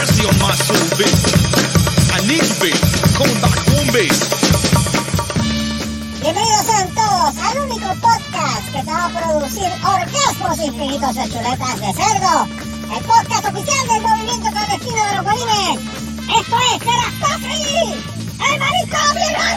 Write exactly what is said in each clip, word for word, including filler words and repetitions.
mercy on my soul, baby. I need you, baby. Come back home, baby. Bienvenidos sean todos al único podcast que te va a producir orgasmos infinitos de chuletas de cerdo. El podcast oficial del movimiento clandestino de los bolines. Esto es Serastofri, el marisco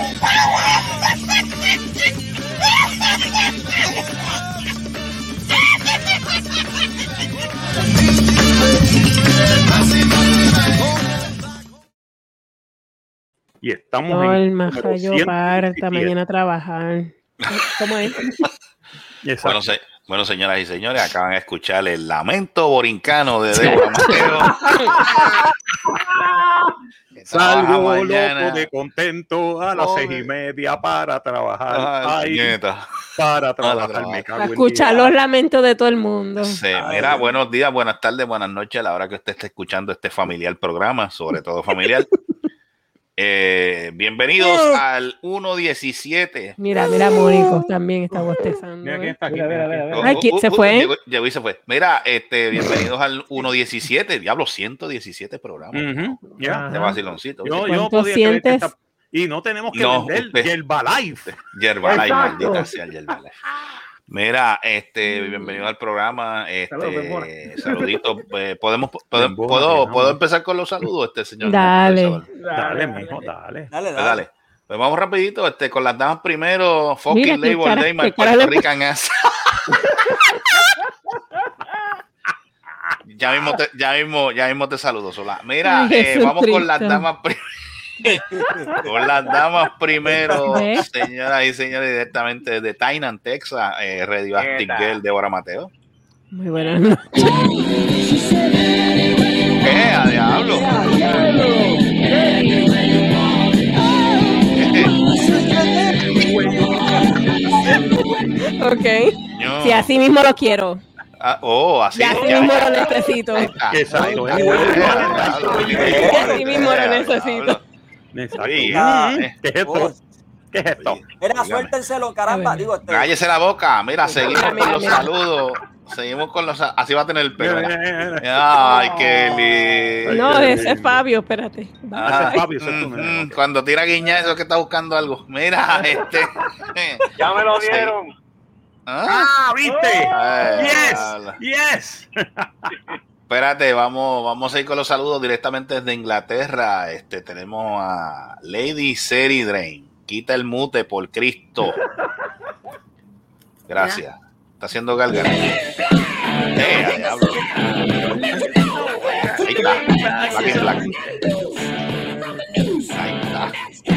Y estamos no, en el majayo parta mañana a trabajar. ¿Cómo es? Bueno, se, bueno, señoras y señores, acaban de escuchar el lamento borincano de Débora Mateo. Salgo loco de contento a las seis y media para trabajar. Ay, Ay, para trabajar, para me cago Para en escuchar día. los lamentos de todo el mundo. Sí, mira, buenos días, buenas tardes, buenas noches a la hora que usted esté escuchando este familiar programa, sobre todo familiar. Eh, bienvenidos al uno diecisiete. Mira, mira, Mónico también está bostezando. Mira quién ¿eh? está aquí. Mira, mira, mira, mira. Ay, ¿quién se fue? Llegó, llegó y se fue. Mira, este, bienvenidos al uno diecisiete. Diablo, ciento diecisiete programas. Ujú, ya. De vaciloncito. Yo, ¿Cuánto yo podía creer que sientes? esta- Y no tenemos que No, vender usted- Herbalife. Yerbalife, Exacto. maldita sea Yerbalife. Mira, este, bienvenido al programa. Saludos, Este, Bembona. saluditos. Eh, podemos, puedo, Bembona, puedo, mi amor. puedo empezar con los saludos, este señor. Dale. Isabel? Dale, mijo, dale. Dale, Pues dale. dale. Pues vamos rapidito, este, con las damas primero. Fucking Mira, qué Labor cara- Day, qué my cara Puerto le- Rican ass. Ya mismo, te, ya mismo, ya mismo te saludo, Sola. Mira, Ay, eh, vamos con las Jesucristo. damas primero. Con las damas primero, ¿Ves? señoras y señores, directamente desde Tainan, Texas, eh, Radio Active Eta. Girl, Débora Mateo. Muy buenas noches. ¿Qué? A diablo. Ok. No. Si así mismo lo quiero. Ah, oh, así. Y así ya, mismo ya. lo necesito. Ah, Exacto. ah, Es igual. diablo. Y así mismo lo necesito. Exacto. Oye, Mm, eh. ¿Qué es esto? ¿Qué es esto? Mira, suéltenselo, caramba. A ver. Digo, este, Cállese la boca. Mira, seguimos Mira, con mira, los mira. saludos. Seguimos con los. Así va a tener el pelo. Mira, mira. mira, mira. Ay, qué lindo. No, qué ese es lindo. Fabio, espérate. Ah, Ese es Fabio, ese es tu mm, nene. mm, cuando tira guiña, eso que está buscando algo. Mira, este. Ya me lo dieron. ¿Ah? Ah, ¿viste? Ay, Yes, yes. Espérate, vamos, vamos a ir con los saludos directamente desde Inglaterra. Este, tenemos a Lady Seri Drain. Quita el mute por Cristo. Gracias. Está haciendo gárgara. Eh, a diablo. Ahí está. Black is black. Ahí está.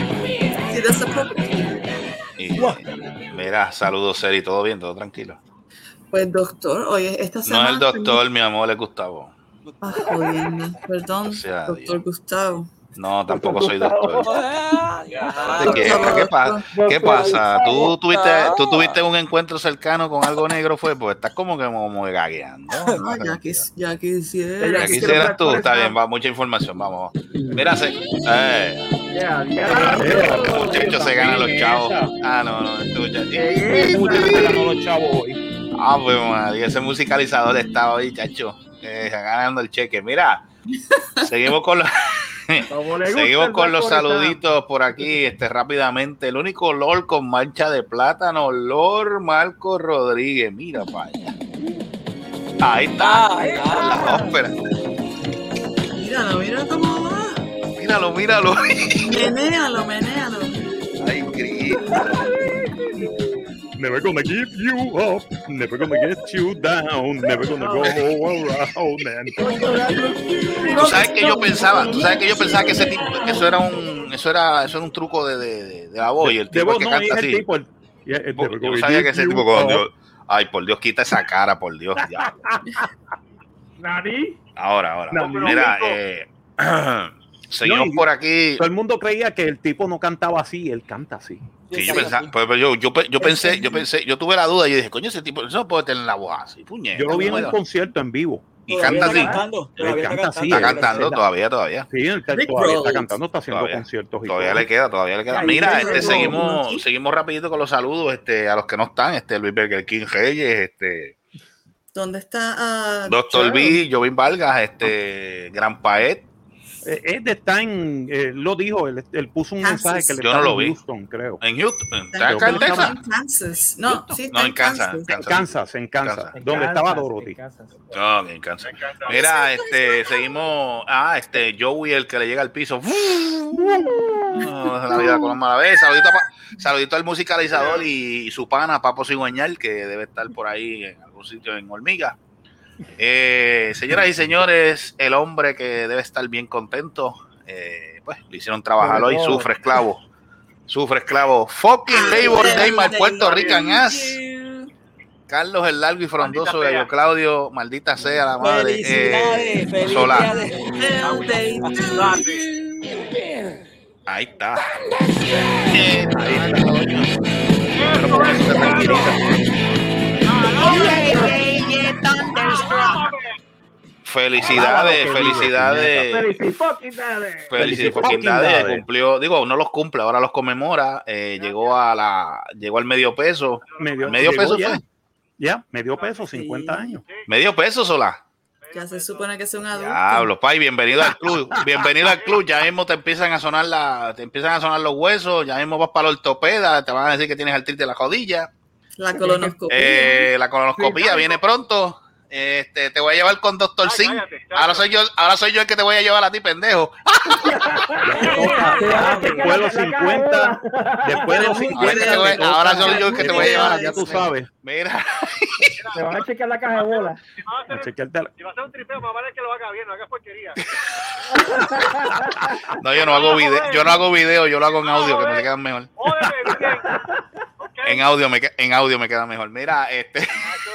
Y, mira, saludos, Seri. ¿Todo bien? ¿Todo tranquilo? Pues doctor, oye, esta No semana... es el doctor, mi amor, es Gustavo. Ah, joder, perdón, Sea doctor Dios. Gustavo. No, tampoco soy doctor. ah, ¿De qué? ¿Qué, pa- ¿Qué pasa? ¿Tú tuviste, ¿Tú tuviste un encuentro cercano con algo negro? Fue, pues estás como que como gagueando. No, ya, quis, ya quisiera. Ya quisieras tú, está bien, va, mucha información, vamos. Mira, se, eh, ya, este muchacho se gana los chavos. Ah, no, no, este muchacho. Este muchacho se ganó los chavos hoy. Ah, pues, madre, ese musicalizador estaba ahí, chacho, eh, ganando el cheque. Mira, seguimos con los... Seguimos con los saluditos por aquí, este rápidamente. El único Lord con mancha de plátano, Lord Marco Rodríguez. Mira para allá. Ahí está, ahí está la ópera. Míralo, mira cómo va. Míralo, míralo. Menéalo, menéalo. Ay, Cristo. Never gonna give you up, never gonna get you down, never gonna go around and... Tú sabes que yo pensaba, tú sabes que yo pensaba que ese tipo, que eso era un, eso era, eso era un truco de, de, de la voz y el tipo Debo, que no, canta es el así. tipo, el- y es- Yo never gonna no sabía give que ese you tipo, con up. Dios, ay, por Dios, quita esa cara, por Dios, diablo. ¿Nani? Ahora, ahora. No, Mira, eh, seguimos No, y- por aquí. Todo el mundo creía que el tipo no cantaba así, él canta así. Sí, yo, pensaba, pues, pues, yo, yo, pe- yo pensé, yo pensé, yo tuve la duda y dije, coño, ese tipo eso no puede tener la voz así, puñeta. Yo lo vi en ¿cómo un era? concierto en vivo. Y canta así. Cantando, Él canta así, Está él- cantando él- todavía, todavía. Sí, él está- Rick todavía está Roll. cantando, está haciendo Todavía. conciertos. y Todavía todo. le queda, todavía le queda. Ay, Mira, Rick este Roll. seguimos, seguimos rapidito con los saludos, este, a los que no están, este Luis Burger King Reyes, este ¿Dónde está? ah, Doctor Charles? B, Jovín Vargas, este Gran Paet, Es de está en, eh, lo dijo, él, él puso un Kansas. mensaje que le Yo está no lo en vi. Houston, creo. En Houston, en Está Texas, en Texas. Kansas. No, sí, está No, en en Kansas. Kansas. En Kansas, en Kansas, Kansas. donde estaba Dorothy. No, en Kansas. Mira, este, seguimos. Ah, este, Joey, el que le llega al piso. No, la vida con mala vez. Saludito, pa, saludito al musicalizador y, y su pana, Papo Cigüeñal, que debe estar por ahí en algún sitio en Hormiga. Eh, señoras y señores, el hombre que debe estar bien contento, eh, pues le hicieron trabajar hoy, sufre esclavo. Sufre esclavo. Fucking Labor Day, my Puerto Rican ass. Carlos el Largo y Frondoso, Gallo Claudio, maldita sea la madre. Felicidades, eh, Solá. felicidades. Ahí está. Eh, ahí está, coño. Pero por eso se tranquiliza. Felicidades, felicidades. Felicidades, cumplió, digo, no los cumple, ahora los conmemora. Eh, llegó a la, llegó al medio peso. Medio, medio peso ya. fue. Ya, medio peso, cincuenta años. Medio peso, Solá. Ya se supone que es un adulto. Diablo, Pai, bienvenido al club. Bienvenido al club. Ya mismo te empiezan a sonar la, te empiezan a sonar los huesos, ya mismo vas para la ortopeda, te van a decir que tienes artritis de la rodilla. La colonoscopia. Eh, la colonoscopia viene pronto. Este, te voy a llevar con doctor Sin. Ahora soy yo, ahora soy yo el que te voy a llevar a ti, pendejo. Después de los cincuenta, después de los cincuenta, Ahora, voy, ahora soy yo el que te voy a llevar a ti. Ya tú sabes. Mira. Te van a chequear la caja de bola. A chequearte la... Si va a hacer un tripeo, más vale que lo haga bien, no haga porquería. No, yo no hago video, yo no hago video, yo lo hago en audio, que me quedan mejor. En audio me en audio me queda mejor. Mira, este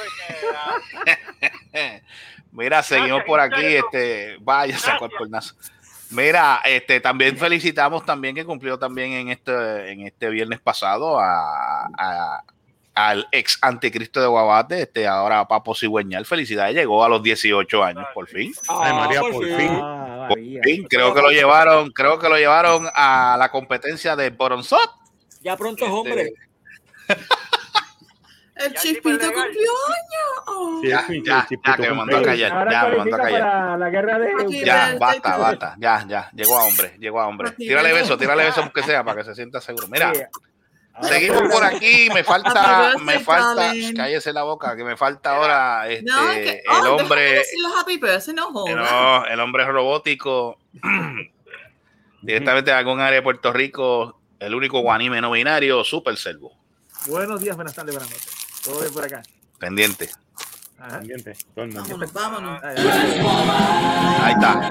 Mira, seguimos por aquí, este, vaya, sacó el cornazo. Mira, este, también felicitamos también que cumplió también en este, en este viernes pasado a, a al ex anticristo de Guabate, este, ahora Papo Cigüeñal. Felicidades, llegó a los dieciocho años, por fin. Ay, María, por, por fin. Ah, por fin. Creo que lo llevaron, creo que lo llevaron a la competencia de Boronzot. Ya pronto es hombre. El chispito cumplió años. Sí, ya, sí, ya, sí, ya, que me mandó a callar. Ahora Ya me mandó a callar. Para la guerra de... Ya, basta, basta. Ya, ya. Llegó a hombre, llegó a hombre. Tírale beso, tírale beso aunque sea, para que se sienta seguro. Mira, seguimos por aquí. Me falta, me falta, cállese la boca, que me falta ahora este, no, es que, oh, el hombre. Los happy birthday, no, no, el hombre robótico. Directamente de algún área de Puerto Rico, el único guanime no binario, Super Servo. Buenos días, buenas tardes, buenas noches. Todo bien por acá. Pendiente. Ajá. Pendiente. Todo el mundo. Vámonos, vámonos. Ahí está.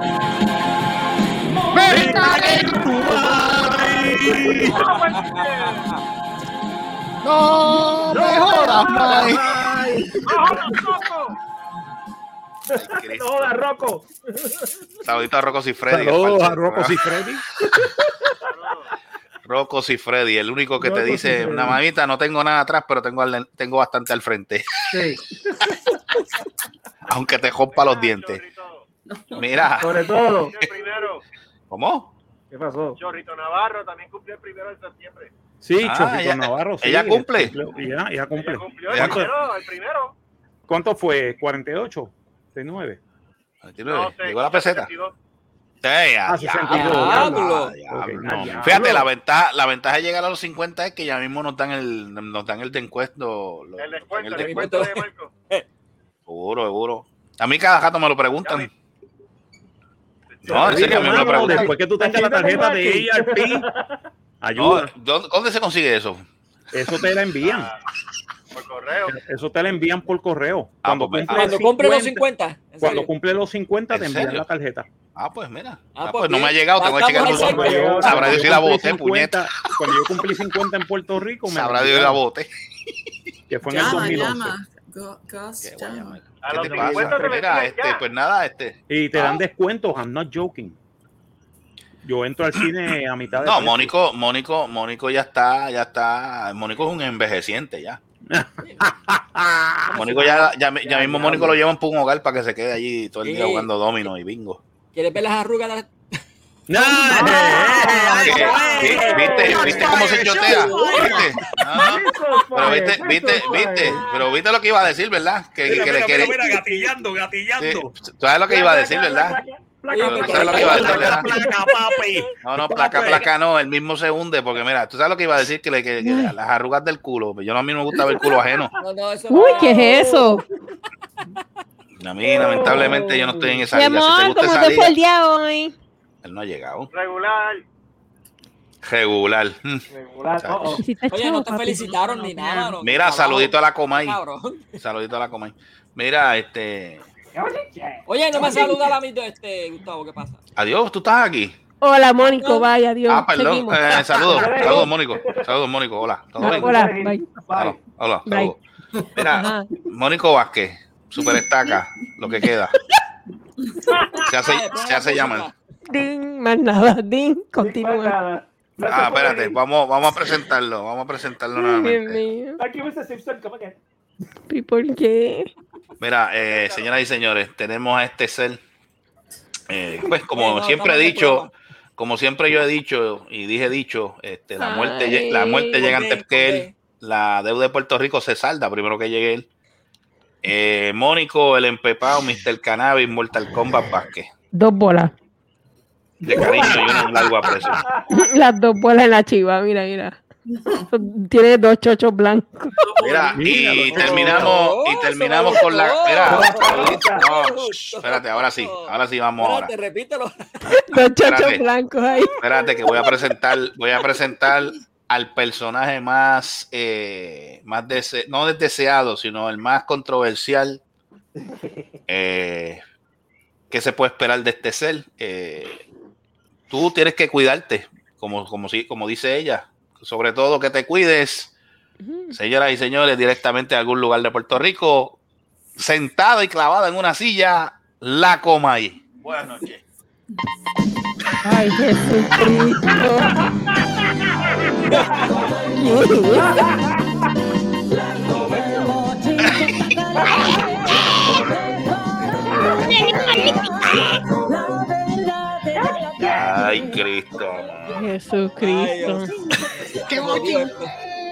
No me jodas, Mike. No jodas, Rocco. Saludito a Rocco y Freddy. Saludos a Rocco y Freddy. Rocco y Freddy, el único que te dice, una mamita, no tengo nada atrás, pero tengo, al, tengo bastante al frente. Sí. Aunque te rompa los dientes. Mira. Sobre todo. ¿Cómo? ¿Qué pasó? Chorrito Navarro también cumplió el primero de septiembre. Sí, ah, Chorrito ella, Navarro. Sí, ella cumple. Ya, ella cumple. Ella cumplió el primero, el primero. ¿Cuánto fue? ¿cuarenta y ocho? ¿sesenta y nueve? No, sé, llegó la peseta. Eh, ya, ah, ya, diablo. ya, ya, okay, no. diablo. Fíjate, la ventaja, la ventaja de llegar a los cincuenta es que ya mismo nos dan el, nos dan el descuento. El descuento, el descuento de Marco. Seguro, seguro. A mí cada rato me lo preguntan. No, en serio, a mí me lo preguntan. Después que tú tengas la tarjeta de A R P, ayuda. No, ¿dónde se consigue eso? Eso te la envían. Ah, por correo. Eso te la envían por correo. Ah, Cuando pues, cumple Cuando compre los cincuenta. Cuando cumple los cincuenta te envían serio? la tarjeta. Ah, pues mira. Ah, Ah, pues pues no bien. me ha llegado, tengo que checar Estamos el al bote. cinco. Sabrá Dios si la boté, cincuenta, puñeta. Cuando yo cumplí cincuenta en Puerto Rico, me Sabrá Dios la bote. que fue en el dos Llama, mil once. llama. Go, Gus, Qué llama. guay, A ¿Qué los te pasa? cincuenta te Mira, metían este, ya. pues nada, este. Y te dan Ah. descuentos, I'm not joking. Yo entro al cine a mitad de No, precio. Mónico, Mónico, Mónico ya está, ya está. Mónico es un envejeciente ya. Mónico ya, ya, ya mismo Mónico lo llevan por un hogar para que se quede allí todo el día Eh. jugando domino y bingo. ¿Quieres ver las arrugas? de la- No, ¿Qué? ¿Viste, viste cómo se chotea? ¿Viste? Ah, pero viste, viste, viste, pero viste lo que iba a decir, ¿verdad? Que, Mira, que mira, le quiere. mira, mira, gatillando, gatillando. Sí, ¿sabes lo que iba a decir, verdad? Oye, ¿Tú que- sabes lo que iba a decir? Placa, placa, papi. No, no, placa, placa no, el mismo se hunde, porque mira, tú sabes lo que iba a decir, que, le- que, que las arrugas del culo, yo no, a mí no me gusta ver el culo ajeno. No, no, eso Uy, no. ¿qué es eso? A mí, lamentablemente, yo no estoy en esa Mi liga. Si te amor, gusta ¿cómo esa te fue el liga, día hoy? él no ha llegado. Regular. Regular. Mm. Regular. Chacho. Oh, oh. Hiciste Oye, chavo, no te papi. felicitaron ni nada. No, Mira, Trabajo. saludito a la Comay. Cabrón. Saludito a la Comay. Mira, este. Oye, no me saluda la mitad este, Gustavo, ¿qué pasa? Adiós, tú estás aquí. Hola, Mónico, vaya, adiós. Ah, perdón. Seguimos. Eh, saludos, saludos, Mónico. Saludos, Mónico. Hola. ¿Todo bien? Hola, bye. Hola, hola, Bye. saludos. Mira, Ajá. Mónico Vázquez, super estaca, lo que queda. Se hace, se hace llamar. Din, más nada, din, continúa. Ah, espérate, vamos, vamos a presentarlo, vamos a presentarlo Ay, Dios nuevamente. mío. Aquí mister Simpson, come again. ¿Y por qué? Mira, eh, señoras y señores, tenemos a este ser, eh, pues como Bueno, siempre he estamos en el dicho, programa. como siempre yo he dicho y dije dicho, este, la muerte, Ay. lle- la muerte llega ¿Por qué? antes que ¿Por él, la deuda de Puerto Rico se salda primero que llegue él. Eh, Mónico, el empepado, mister Cannabis, Mortal Kombat Vázquez, Dos bolas. de cariño y un largo aprecio. Las dos bolas en la chiva, mira, mira. Tiene dos chochos blancos. Mira, Mira, y no. terminamos, y No, terminamos eso con la. no. Mira, No. no, shh, espérate, ahora sí, ahora sí vamos ahora. Espérate, repítelo. Dos chochos Espérate. blancos ahí. Espérate que voy a presentar, voy a presentar al personaje más, eh, más dese- no deseado, sino el más controversial eh, que se puede esperar de este ser. Eh, tú tienes que cuidarte, como, como, si, como dice ella, sobre todo que te cuides, señoras y señores, directamente a algún lugar de Puerto Rico, sentada y clavada en una silla, la Comay. Buenas noches. Ay, Jesucristo. Ay, Cristo. amado. Jesucristo. Qué bonito.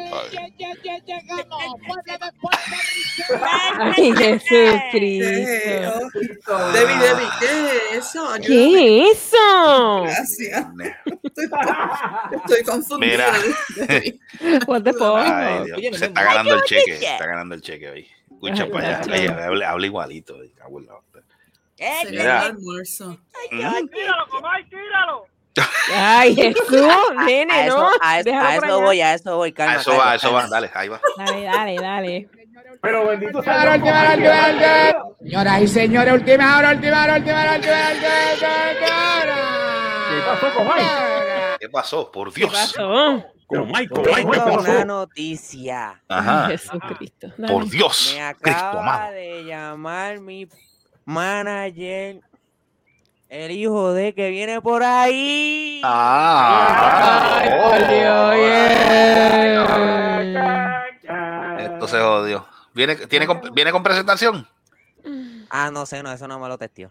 Ay, Jesucristo. Eh, ojito. Debbie, Debbie, ¿qué es eso? Ayúdame. ¿Qué es eso? Gracias. Estoy, estoy confundida. Mira. Debbie. What the fuck? Ay, Dios. Oye, no Se me está muevas. ganando el cheque. Se está ganando el cheque hoy. Escucha Ay, para allá. Nacho. Ay, habla, habla igualito. ay, cago en la otra. Se Mira. ganó el almuerzo. Mm. Tíralo, Comay, tíralo. Ay, Jesús, nene, A eso, no. a eso, Déjalo a por eso allá. voy, a eso voy, Ah, calma. eso calma, va, eso calma. va. Dale, ahí va. Dale, dale, dale. Pero bendito sea Ahora, Dios, última, Comay, última, que- última. Señoras y señores, última hora, última hora, última hora, última hora, última hora. ¿Qué pasó, Comay? ¿Qué pasó? Por ¿Qué Dios. pasó? Con Michael, Michael, ¿qué Tengo pasó? una noticia. Ajá. Ay, Jesucristo. Dale. Por Dios. Me Cristo acaba amado. de llamar mi manager, el hijo de que viene por ahí. Ah. Ay, oh. por Dios, yeah. Esto se jodió. ¿Viene, tiene con, ¿Viene con presentación? Ah, no sé, no, eso no me lo testeó.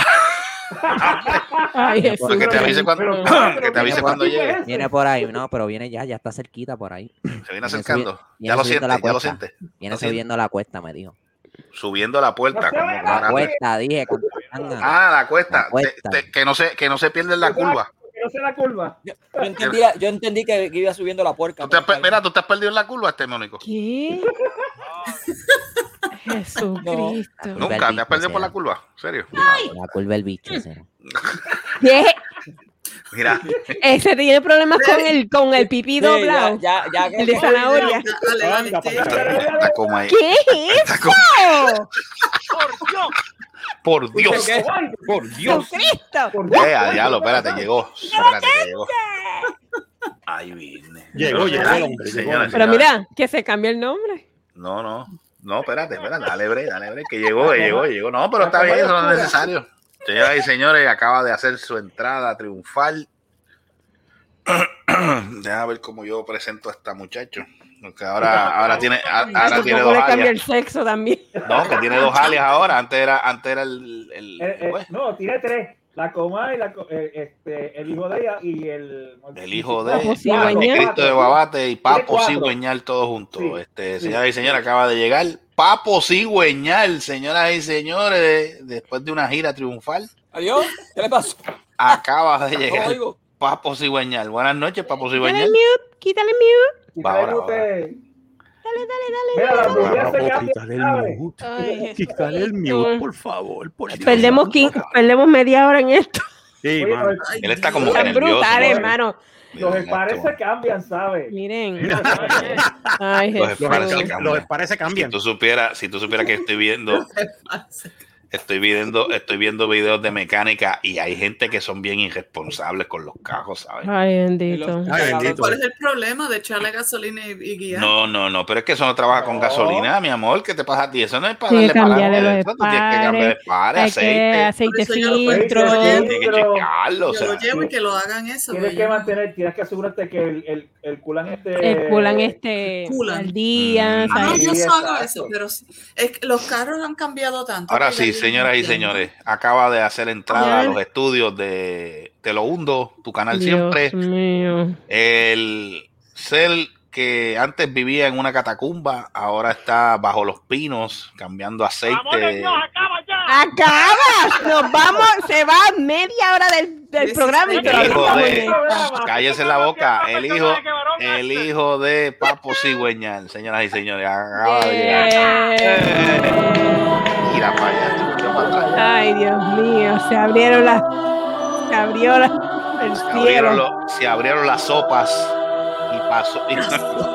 Ay, Jesús. Pues que te avise cuando, Pero- que te avise Viene cuando por- llegue. Viene por ahí, no, pero viene ya, ya está cerquita por ahí. Se viene acercando. viene Ya lo subiendo siente, la ya lo cuesta. siente. Viene Lo siente. subiendo la cuesta, me dijo. Subiendo la puerta. Como La para- cuesta, dije. con tanga. Ah, la cuesta. La cuesta. Te- te- que, no se, que no se pierda en la curva. Que no sea la curva. Yo, yo entendí, yo entendí que, que iba subiendo la puerca. ¿Tú te has, pero- per- mira, tú te has perdido en la curva, este Mónico. ¿Qué? Jesucristo. Nunca te has perdido por la curva. ¿En serio? La curva del bicho, será. ¿Qué? Mira, Ese tiene problemas con el, con el pipí Sí, doblado. ya, ya, ya, El de zanahoria. Dale, dale, Anda, sí. está como ahí. ¿Qué es Está como- eso? Por Dios. ¿Qué? Por Dios. Jesucristo. Eh, a diablo, espérate, llegó. Espérate que llegó. Ahí viene. Llegó, llegó el hombre. llegó. Señora, Pero señora. mira, que se cambie el nombre. No, no. No, espérate, espérate. Dale bre, dale bre. Que llegó, que llegó, que llegó. No, pero está bien, eso no es necesario. Señoras y señores, acaba de hacer su entrada triunfal. Déjame ver cómo yo presento a esta muchacho. Porque ahora, ahora tiene, a- ahora Por tiene poco dos le cambia el alias. sexo también. No, que tiene dos alias ahora. Antes era, antes era el, el, Eh, eh, pues, no, tiene tres. La Comay, la, co- eh, este, el hijo de ella y el... el hijo de Papo Cuatro, Cigüeñal. Cristo de Guabate y Papo cuatro. Cigüeñal todos juntos. Sí, Este, sí. señora y señora, acaba de llegar Papo Cigüeñal, señoras y señores, después de una gira triunfal. Adiós, ¿qué le pasó? Acaba de No llegar oigo. Papo Cigüeñal. Buenas noches, Papo Quítale Cigüeñal. mute, quítale mute. Va, ahora, ahora. Dale, dale, Mira, la dale. mujer se Papo, cambia, quítale el ¿sabes? mute. Ay, Quítale el mute, por favor. Por Dios. Perdemos, quin- perdemos media hora en esto. Sí, Oye, mano. los- Él está como que Tan nervioso. brutal, ¿no? hermano. Los espares se cambian, ¿sabes? Miren. Ay, Los Jesús. espares se Los cambian. espares se Si cambian. tú supieras, si tú supieras que estoy viendo, estoy viendo, estoy viendo videos de mecánica y hay gente que son bien irresponsables con los cajos, ¿sabes? Ay, bendito. Ay, bendito. ¿Cuál es el problema de echarle gasolina y, y guiar? No, no, no, pero es que eso no trabaja con gasolina, mi amor. ¿Qué te pasa a ti? Eso no es para Hay que darle para cambiarle los eso, tú tienes que cambiar espares, Hay que aceite. aceite Por eso yo lo- filtro. Por eso yo- Tienes que checarlo, o Yo lo sea. llevo y que lo hagan eso. Tienes güey. que mantener, tienes que asegurarte que el, el, el culan este. El culan este Culan. al día. Mm. Ah, no, ¿sabes? yo Sí, hago exacto. eso, pero sí. Es que los carros han cambiado tanto. Ahora que sí, ya señoras y yo no señores, acaba de hacer entrada a Ya. los estudios de Te lo hundo, tu canal Dios siempre. mío. El ser que antes vivía en una catacumba, ahora está bajo los pinos, cambiando aceite. ¡Acaba! Nos vamos, se va media hora del, del Sí, programa y sí, todavía El hijo estamos de, en esto. cállese la boca, el hijo, el hijo de Papo Cigüeñal, señoras y señores, acaba de llegar. Eh, Mira para allá, tú, para atrás. Ay, Dios mío, se abrieron las, se abrió la, el Se abrieron, cielo. lo- se abrieron las sopas y pasó. y-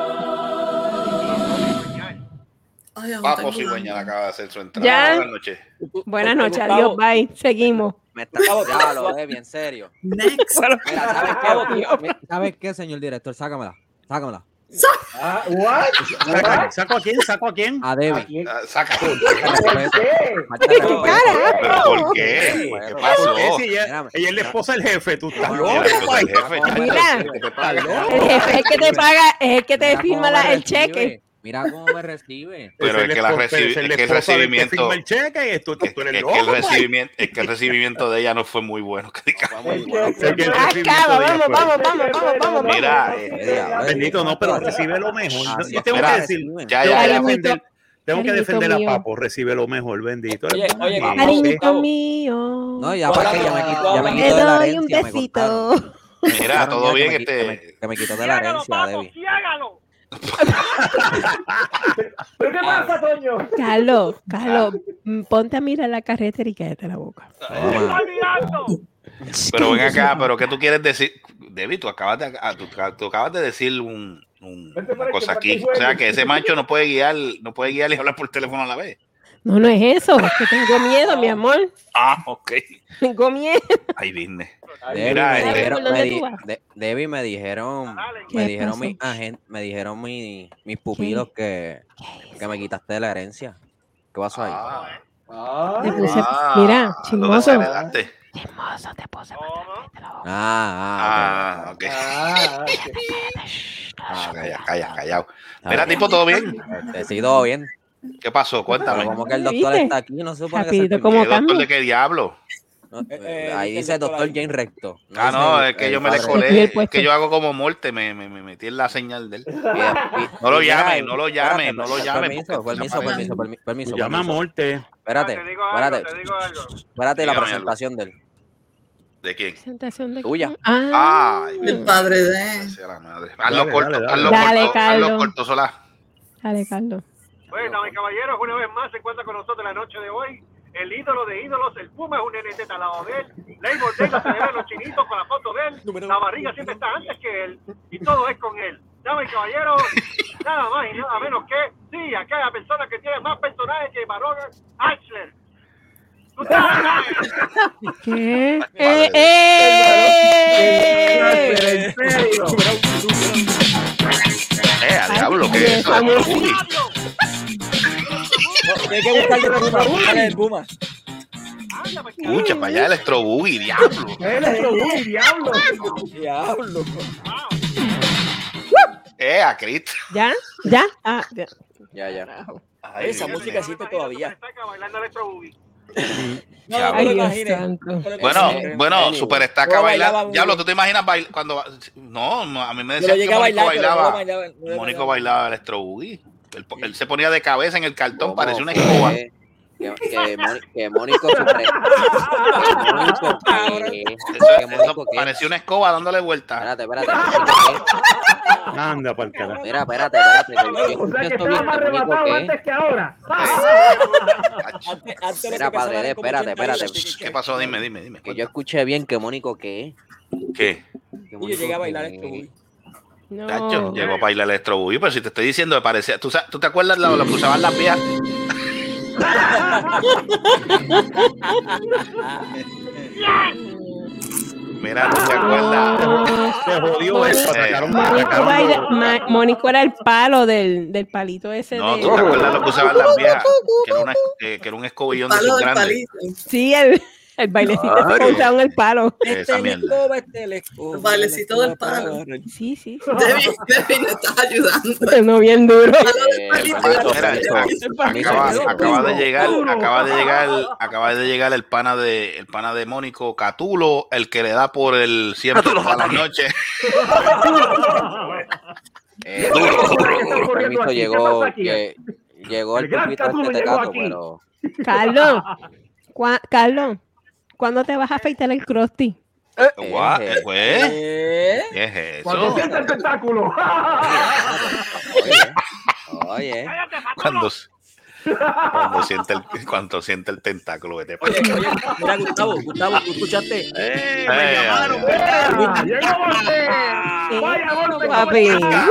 Ay, aún Papo tengo Cigüeñal hambre. acaba de hacer su entrada. Ya. Buenas noches. Buenas noches, Gustavo, adiós, bye, seguimos. Me está ya lo de bien serio. Next. Mira, ¿sabes Gustavo, qué? tío. Mi- ¿Sabes qué, señor director? Sácamela. Sácamela. Ah, what? Saca- ¿Saco a quién? ¿Saco a quién? A ¿A Debbie. quién? Ah, Saca. ¿Por qué? Falta de respeto. ¿Pero por qué? Bueno, ¿Qué ¿Por pasó? qué si ella, Mira, ella es la esposa del jefe? Tú estás No, loco, Mira, pues, país. el jefe, ya. Mira. ¿Qué te pasa? El jefe es el que te paga, es el que te Mira cómo firma me la- el recibe. cheque. Mira cómo me recibe. Pero es que la recibi- Esa es la que el esposa del recibimiento- firma el cheque y esto, tú, Es, tú es eres que el loco, país. recibimiento, es que el recibimiento de ella no fue muy bueno. que digamos. Es que- Es que el recibimiento Acaba, de ella vamos, fue- vamos, vamos, vamos, vamos. Mira, vamos. eh, Bendito, no, pero recibe lo mejor. Así Yo tengo es, que decir, Ya, tengo ya, que ya. defender, tengo que Cariñito defender a mío. Papo, recibe lo mejor, bendito. Oye, oye, Vamos. Cariñito Gustavo. mío. No, ya para que ya me quito, ya me Te quito de la doy un herencia. Me cortaron. besito. Mira, Claro, todo mira, bien. que me, qui- que Este, me- que me quitó de la herencia, Debbie. ¿Pero qué pasa, Toño? Carlos, Carlos, mm, ponte a mirar la carretera y cállate la boca. Toma. pero ven acá, pero ¿qué tú quieres decir? Debbie, tú acabas de, ah, tú, tú acabas de decir un, un- Vente una para cosa que- para aquí. que O sea, juegue. que ese macho no puede guiar, no puede guiar y hablar por teléfono a la vez. No, no es eso, es que tengo miedo, mi amor. Ah, ok. Tengo miedo. Ay, vine. Debbie, Mira, me este- dijeron, ¿Por me, dónde di- tú vas? de- Debbie, me dijeron, ¿Qué me dijeron pasó? mis agentes, me dijeron mi- mis pupilos que, que me quitaste de la herencia. ¿Qué pasó ahí? Ah, Ah, Te puse- ah, mira, lo chismoso. desheredaste. Chismoso, te puse para atrás, cállate la boca. Ah, Ah, ok. ah, ok. ah, ok. Calla, calla, callado. Ah, Mira, ok. tipo, ¿todo bien? Este, sí, todo bien. ¿Qué pasó? Pero Cuéntame. como que el doctor ¿Viste? está aquí, no se supone que Rapidito, se ¿cómo ¿Qué doctor cambia? de qué diablo? no, Eh, eh, ahí dice dice el doctor doctor ahí. Jane Recto. Ah, dice no, el- es que el yo me le padre. colé. Escribe el Es puesto. que yo hago como muerte, me, me, me metí en la señal de él. Y- y- No lo y mira, llame, no lo llame, espérate, no lo llame, Permiso, porque permiso, se permiso, permiso, permiso. Tú llama a permiso. Morte. Espérate, Te digo algo, espérate, te digo algo. espérate la Dígame presentación de él. ¿De quién? Presentación de Tuya. Ah, Ay, El padre de. sea la madre. Dale, Hazlo corto, dale, dale. hazlo Dale, corto, hazlo Carlos. corto, Solá. dale, Carlos. Bueno, damas y caballeros, una vez más se encuentra con nosotros la noche de hoy el ídolo de ídolos, el Puma es un N T al lado de él, Ley Bordelo se le ven los chinitos con la foto de él, la barriga siempre está antes que él, y todo es con él. Damas y caballeros, nada más y nada menos que, sí, acá la persona que tiene más personajes que Varón Ashler. ¿Tú sabes? ¿Qué? Padre. ¡Eh, eh! ¿En serio? Eh, a diablo, ¿qué es eso? Vamos. Uy, No, tiene que buscar el Puma, buscar el Puma. escucha, para allá el Electrobuggy, diablo. Él es un diablo. Diablo. Eh, a Cristo. ¿Ya? ¿Ya? Ah, ya. Ya, ya. Ay, Esa Dios música mío. existe todavía. Está bailando Electrobuggy. No, Diablo. no me Ay, lo Dios imagines. santo. Bueno, Sí, bueno, anyway. Superestaca Yo bailando. bailaba muy Diablo, bien. ¿tú te imaginas bailar cuando va- no, no, a mí me Yo decían lo llegué que a Mónico bailar, pero no lo bailaba, bailaba, no lo Mónico bailaba. bailaba Electrobuggy. Él, él se ponía de cabeza en el cartón, parecía una escoba. Que, que, que, Moni- que Mónico se pre- que Mónico que- Eso, que eso Mónico que- parecía una escoba dándole vuelta. Espérate, espérate. Mónico que- Anda para el carajo. Mira, espérate, espérate. que yo O sea escuché que esto estaba bien, más que Mónico arrebatado que- antes que ahora. Antes, antes lo Mira, que padre, pesaba era como espérate, ochenta espérate. libras. ¿Qué pasó? Dime, dime, dime. Que yo escuché bien que Mónico que ¿Qué? que Y yo Mónico llegué a bailar que- esto, güey. Tacho, No. llegó para bailar electro boogie, pero si te estoy diciendo, me parecía. ¿Tú, sa- ¿tú te acuerdas lo, lo que usaban las viejas? Mira, ¿tú te acuerdas? Se jodió eso. Sacaron, Mónico, sacaron baila- los- Ma- Mónico era el palo del, del palito ese No, de... ¿tú te acuerdas lo que usaban las viejas? Que era, una, que, que era un escobillón de Palo esos del grandes. palito. Sí, el, el bailecito ese Claro. que usaban el palo. Esa Este le mierda. escoba, este le escoba. El bailecito del para palo. barrer. Sí, sí. Debbie, Debbie, me estás ayudando. No, bien duro. Eh, palito. permiso, Mira, permiso, permiso, Acaba, permiso. acaba de llegar, acaba de llegar, acaba de llegar el pana de, el pana de Mónico, Catulo, el que le da por el siempre todas las noches. Eh, ¿Qué está ocurriendo permiso, aquí? ¿Qué llegó, pasa aquí? lle- llegó el El gran pulpito Catulo este llegó tecato, aquí. pero Carlos, cua- Carlos, ¿cuándo te vas a afeitar el crusty? Guau, Eh, pues, ¿Eh? ¿qué es Cuando eso? sienta el tentáculo. oye, oye, Cuando, cuando siente el, cuando siente el tentáculo, vete para Oye, oye, mira, Gustavo, Gustavo, ¿tú escuchaste? ¡Eh! Eh, Me llamaron. ¡Ea! ¡Llegó Volpe! ¡Vaya Volpe! Papi.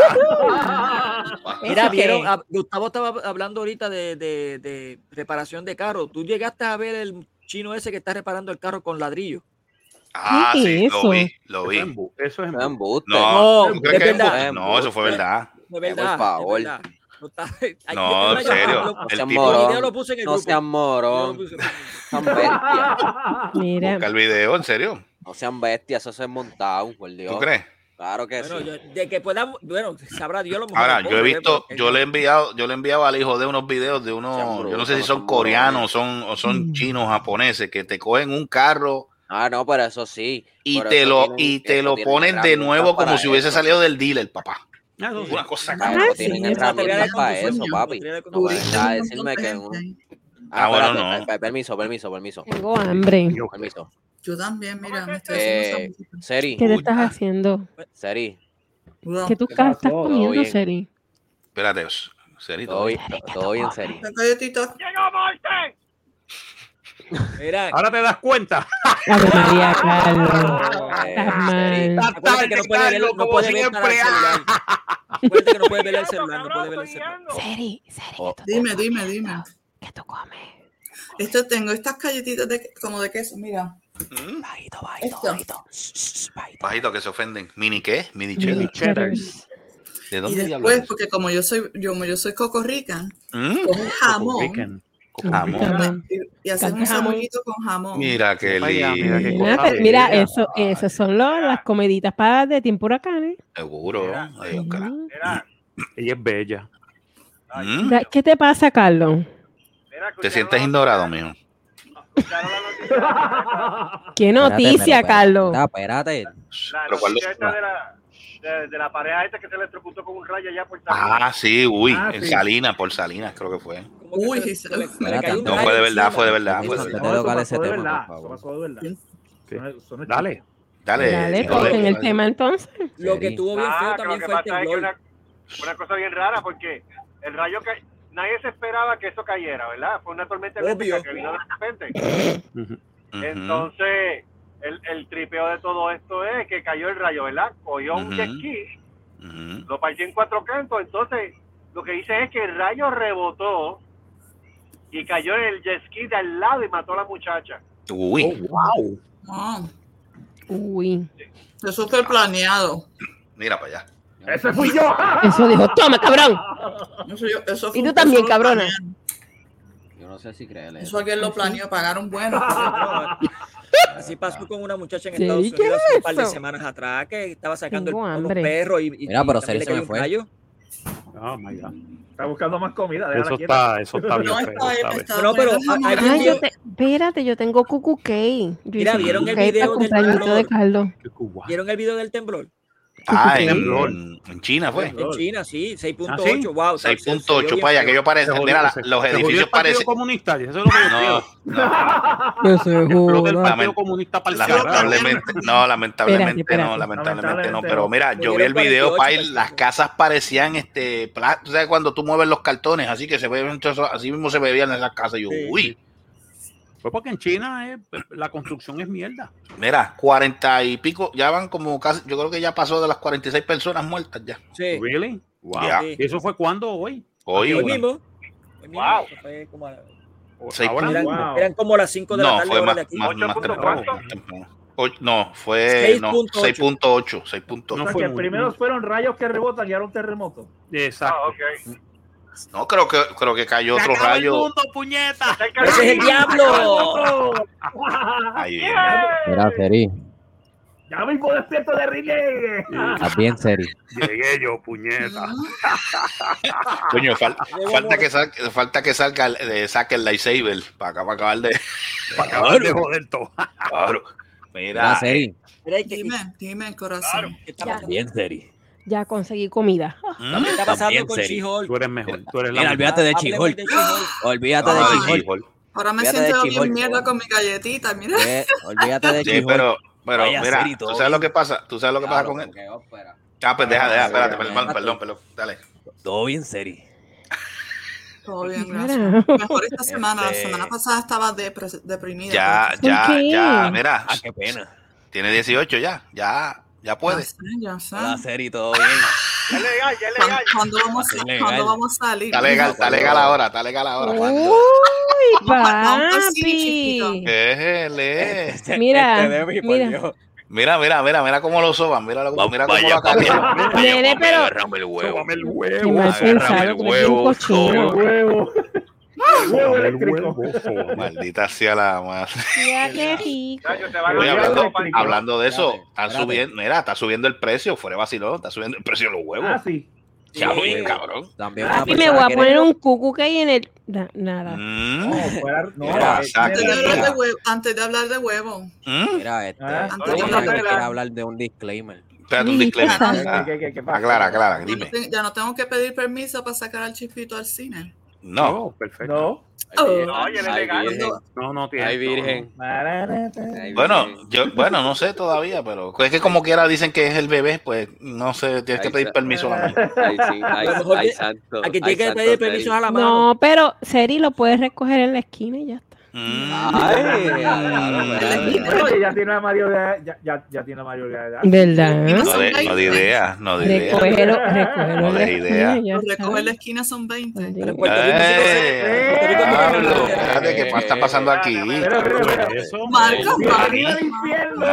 Mira, ¿Eso vieron, qué? a- Gustavo estaba hablando ahorita de, de, de reparación de carro. ¿Tú llegaste a ver el chino ese que está reparando el carro con ladrillo? Ah, ¿Qué sí, es lo eso? vi, lo Eso vi. es embu- Eso es no embu- embuste. No, No, ¿tú crees es que es verdad. embu- No, eso fue verdad. De Eh, verdad, por favor. de verdad. No, está- Ay, No, yo- en yo- serio. yo- No El sean tipo- El video morón, lo puse en el no grupo. sean Yo lo morón, puse- sean bestias, Mira, Busca el video, en serio. no sean bestias, eso se es montado, por Dios. ¿Tú crees? Claro que Bueno, sí. yo- de que puedan, bueno, sabrá Dios lo mejor. Ahora, del yo he pobre, visto, porque- yo le he enviado, yo le he enviado al hijo de unos videos de Sean unos, yo no brutos, sé si no son sean coreanos son, o son Mm. chinos, japoneses, que te cogen un carro Ah, no, pero eso sí. y Por te eso lo, tienen- y te eso lo tienen ponen de herramientas nuevo como para si hubiese eso. salido del dealer, papá. Ah, no, Una cosa Para Ah, eso sí, tienen eso. herramientas para Material de eso, construcción. papi. Material de No construcción. vengas a decirme que un... Ah, bueno, espérate, no. per- per- Permiso, permiso, permiso. tengo hambre. Permiso. Yo también, mira, me estoy Eh, haciendo esa música. Seri, ¿Qué te estás haciendo? Seri, Cuidado. ¿Qué tú ¿Qué estás pasó? estás comiendo, bien. Seri? Espérate, Cerito. todo bien, todo bien, Seri. La galletita. ¡Llegó Volte! Mira, Ahora te das cuenta. Ave María, Carlos. Eh, Estás Seri. mal. acuérdate que no puede ver, no como puede ver siempre. para el celular. Acuérdate que no puede ver el celular, no puede ver el Estoy celular. guiando. Seri, Seri, Oh. ¿qué tú, Dime, dime, dime. qué tú comes? Esto tengo estas galletitas de, como de queso, mira. Mm, Bajito, bajito, Esto. bajito. Shh, bajito. Bajito que se ofenden. ¿Mini qué? ¿Mini Mini cheddar? cheddars. ¿De Y dónde diablos después, es? porque como yo soy, yo, como yo soy Coco Rican, Mm, coges jamón Rican. Jamón. Jamón. y, y haces un Jamón. cebollito con jamón. Mira qué Vaya, mira qué lindo. Mira, cosa pero- mira, bella. eso, esas son los- las comeditas para de tiempo huracanes. Seguro. Ay, Oscar. Mm. Mira, Ella es bella. Mm, Da- ¿Qué te pasa, Carlos? mira, Te escucharon sientes la- ignorado, mijo. escucharon la noticia. ¿Qué Espérate, noticia, espérate, Carlos? espérate, espérate. La Pero ¿cuál noticia es? esta de la, de, de la pareja esta que se electrocutó con un rayo allá por Salinas. Ah, sí, uy, Ah, en sí. Salinas, por Salinas creo que fue. ¿Cómo que Uy, se- se- se le- se le Espérate, cayó un no, No, rayo fue de verdad, encima? fue de verdad. Permiso, Fue de que verdad. te tocar eso ese pasó de tema, verdad, por eso favor. pasó de verdad. ¿Quién? ¿Qué? Eso no es- eso no es Dale. Dale. Dale, dale, toquen el dale. tema entonces. Lo que Seri. tuvo bien Ah, feo que lo también que fue el pasa es que temblor. una, una cosa bien rara porque el rayo que nadie se esperaba que eso cayera, ¿verdad? Fue una tormenta eléctrica Obvio. que vino de repente. Ujú. Ujú. Entonces, el, el tripeo de todo esto es que cayó el rayo, ¿verdad? Cogió un Ujú. jet ski, Ujú. lo partió en cuatro cantos, entonces lo que dice es que el rayo rebotó y cayó en el jet ski de al lado y mató a la muchacha. Uy, Wow. Ah, Uy. eso fue planeado. mira para allá. ¡Ese fui yo! Eso dijo, toma, cabrón. Eso, yo- eso fue- Y tú eso también, lo cabrona. planearon. Yo no sé si creerle. Eso alguien lo planeó, pagaron bueno. Así pasó con una muchacha en Sí, Estados ¿qué Unidos es hace un par de eso? semanas atrás que estaba sacando el, Tengo unos hambre. perros y, y Mira, pero y también Seri le se me cayó un fue. rayo. Oh my God. Está buscando más comida, déjala Eso quieta. está, eso está bien No, feo, está bien, ¿sabes? está No, pero bueno, hay- jamón. Ay, yo te, espérate, yo tengo cucu cake. Yo Mira, hice ¿vieron cucu el cake video para del cumpleañito de temblor? Carlos. Qué cubano. ¿Vieron el video del temblor? Ah, en, en China fue. En China, sí, seis punto ¿Ah, sí? ocho, wow. seis punto ocho, para allá, que yo parece, mira, la, los edificios parecen. Comunista, eso es lo que yo no, no. no. El Partido Comunista para el lamentablemente, no, lamentablemente espérate, espérate. no, lamentablemente no, pero mira, yo vi el video, Pai, las casas parecían este, tú sabes cuando tú mueves los cartones, así que se ven, así mismo se veían esas casas, yo, sí. uy. Pues porque en China eh, la construcción es mierda. Mira, cuarenta y pico, ya van como casi, yo creo que ya pasó de las cuarenta y seis personas muertas ya. Sí. Really? Wow. Yeah. ¿Y eso fue cuándo? Hoy. Hoy, hoy bueno. mismo. Hoy mismo. Wow. Fue como a, Ahora, eran, wow. eran como las cinco de no, la tarde. Fue más, de aquí. más, más temprano. No, fue seis punto ocho. seis punto ocho. O sea, que primero fueron rayos que rebotan y ahora un terremoto. Exacto. Ah, okay. No, creo que creo que cayó otro rayo. El mundo, puñeta. ¡Ese es el diablo! Ahí viene. Mira, Seri. Ya mismo despierto de Rile. Estás bien, Seri. Llegué yo, puñeta. Coño, fal, falta que salga, falta que salga eh, saque el lightsaber para, para acabar de para acabar de joder todo. Claro. Mira, Mira, Seri. Dime, dime, corazón. Claro. Bien, Seri. Ya conseguí comida. ¿Qué está pasando con She-Hulk? Tú eres mejor. Tú eres la Mira, olvídate de She-Hulk. Olvídate de She-Hulk. Ahora me siento bien mierda con mi galletita, mira. Eh, olvídate de sí, She-Hulk. pero, pero Vaya mira, Seri, ¿tú sabes lo que pasa? ¿Tú sabes lo que claro, pasa con él? Ah, pues deja, deja, espérate, perdón, perdón, perdón, dale. Todo bien, Seri. Todo bien, gracias. Mejor esta semana, la semana pasada estaba depre- deprimida. Ya, ya, ya, mira. Ah, qué pena. Tiene dieciocho ya, ya, ya puede. Ya sé, ya sé. La Seri, todo bien. Ya es legal, ya es legal. ¿Cuándo vamos, ¿cuándo vamos a salir? Está legal, está legal ahora, está legal ahora. Uy, papi. Déjele. Mira, Debbie, por mira. Dios. Mira, mira, mira, mira cómo lo soban, mira, lo, mira cómo lo acarrean. Nene, pero Agárrame el huevo. Sóbame el qué huevo. mal Agárrame el pensado, tú eres bien huevo. cochino. Huevo. Huevo eléctrico. Maldita sea la más. Ya, qué rico. Chacho, te van Oye, a hablando, dar hablando de eso, Espérate, están espérate. subiendo, mira, está subiendo el precio, fuera de vacilón, está subiendo el precio de los huevos. Ah, sí. Ya, Sí. oye, cabrón. También una Papi, me persona voy a que poner eres- un cucu que hay en el... Na- nada. Mm. No, fuera, no, Mira, eh, saca. Antes de hablar de Mira. huevo, antes de hablar de huevo, Mm. Mira, este. Ah, antes de Yo hablar de quiero huevo, hablar de un disclaimer. Espérate un disclaimer. Exacto. Ah, ¿Qué, qué, qué pasa? Aclara, aclara, ya no, dime. te- ya no tengo que pedir permiso para sacar al Chifito al cine. No. No, perfecto. No. Oye, él es legal. No, no tiene. Ay, virgen. Ay, Bueno, virgen. yo, bueno, no sé todavía, pero es que como quiera dicen que es el bebé, pues no sé, tienes que Ay, pedir sa- permiso a la mano. Ay, sí, ay, A lo mejor ay, que- santo. A que ay, tiene que santo pedir Seri. permiso a la mano. No, pero Seri lo puedes recoger en la esquina y ya está. Mm. Ay, claro, verdad. Oye, ya tiene la mayoría, ya, ya, ya tiene la mayoría de edad. ¿Verdad? No de, no de idea, no de idea. Recógelo, recógelo No en la de idea. esquina y ya Los está. recoger la esquina son veinte. Pero en Puerto Rico sí Eh, Puerto Rico sí diablo, se- espérate, ¿qué está pasando aquí? Pero, pero, pero, Eso, Marco, bienvenido al infierno.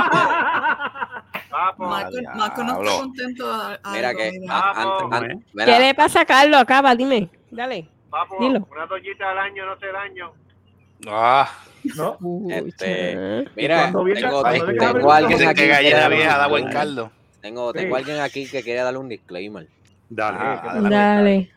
Papo, Marco, diablo. Marco no está contento. a- a Mira algo, que mira. a- Vamos. an- an- mira, ¿Qué le pasa a Carlos? Acaba, dime. Dale. papo, Dilo. una doñita al año no hace daño. Ah, ¿No? Uy, Este, cha. mira, cuando viene- tengo, cuando tengo, venga a ver- tengo alguien dicen aquí que gallina quiere vieja da dar un buen disclaimer. caldo. Tengo, tengo Sí. alguien aquí que quiere darle un disclaimer. Dale. Ah, adelante. Dale.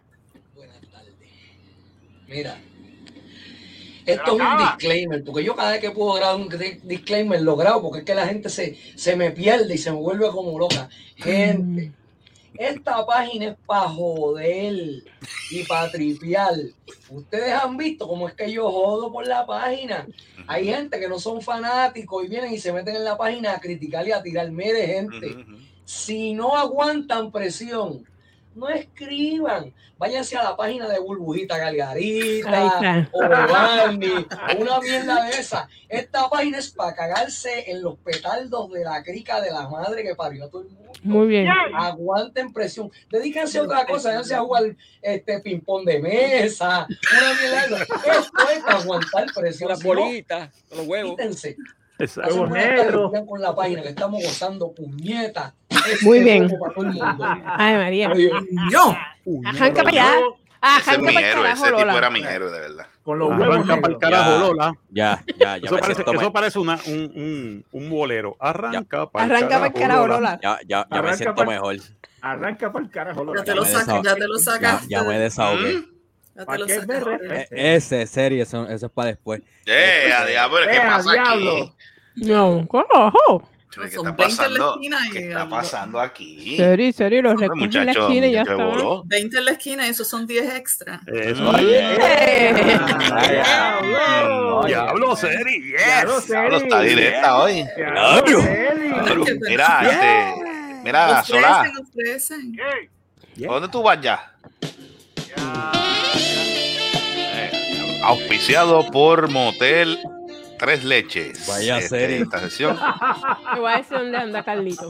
Mira, esto es un disclaimer, porque yo cada vez que puedo grabar un di- disclaimer lo grabo, porque es que la gente se, se me pierde y se me vuelve como loca. Gente, esta página es para joder y para tripear. Ustedes han visto cómo es que yo jodo por la página. Hay gente que no son fanáticos y vienen y se meten en la página a criticar y a tirar. Mire, gente, si no aguantan presión, no escriban. Váyanse a la página de Burbujita Ahí Gargarita está. o Barney o una mierda de esa. Esta página es para cagarse en los petardos de la crica de la madre que parió a todo el mundo. Muy bien. Aguanten presión. Dedíquense a otra cosa. Váyanse a jugar este ping-pong de mesa. Una mierda de eso. Esto es para aguantar presión. Las Si no, bolitas, los huevos. quítense. Exacto. Hacen una tarde con la página que estamos gozando puñeta. Este Muy bien. juego para todo el mundo. Ay, María. Oye, yo. Arranca para allá. Ese es Arranca mi para el héroe, carajo, ese tipo Lola. era mi héroe, de verdad. Con los huevos Arranca para el negros. carajo, Ya. Lola. Ya, ya, ya Eso me parece, siento eso me- parece una, un, un, un bolero. Arranca para Arranca para el carajo, Lola. ya, ya, ya me Arranca siento pa'l- mejor. Arranca para el carajo. Lola. Ya te Ya lo me sacan, desahog- ya te lo Ya, sacaste. ya me desahogué. Ya te ¿Para lo qué me sacaste. re- E- Ese, serio, eso, eso es para después. Eh, a diablo, ¿qué Eh, pasa diablo. aquí? No, cojo. ¿Qué Son está veinte en la pasando? esquina y- ¿Qué está pasando aquí? Seri, Seri, los Hombre, recogen en la muchacho, esquina y ya muchacho de está. voló. veinte en la esquina y esos son diez extra. Eso Mm. ahí. Diablo. Diablo, Seri, Diablo, yes. Diablo, está Seri. directa hoy. Diablo, Seri. Mira, este, mira, Solá, Ofrecen, ofrecen. ¿Qué? ¿dónde tú vas ya? Eh, auspiciado por Motel Tres Leches. Vaya Este, serie. esta sesión. Te voy a decir dónde anda Carlito.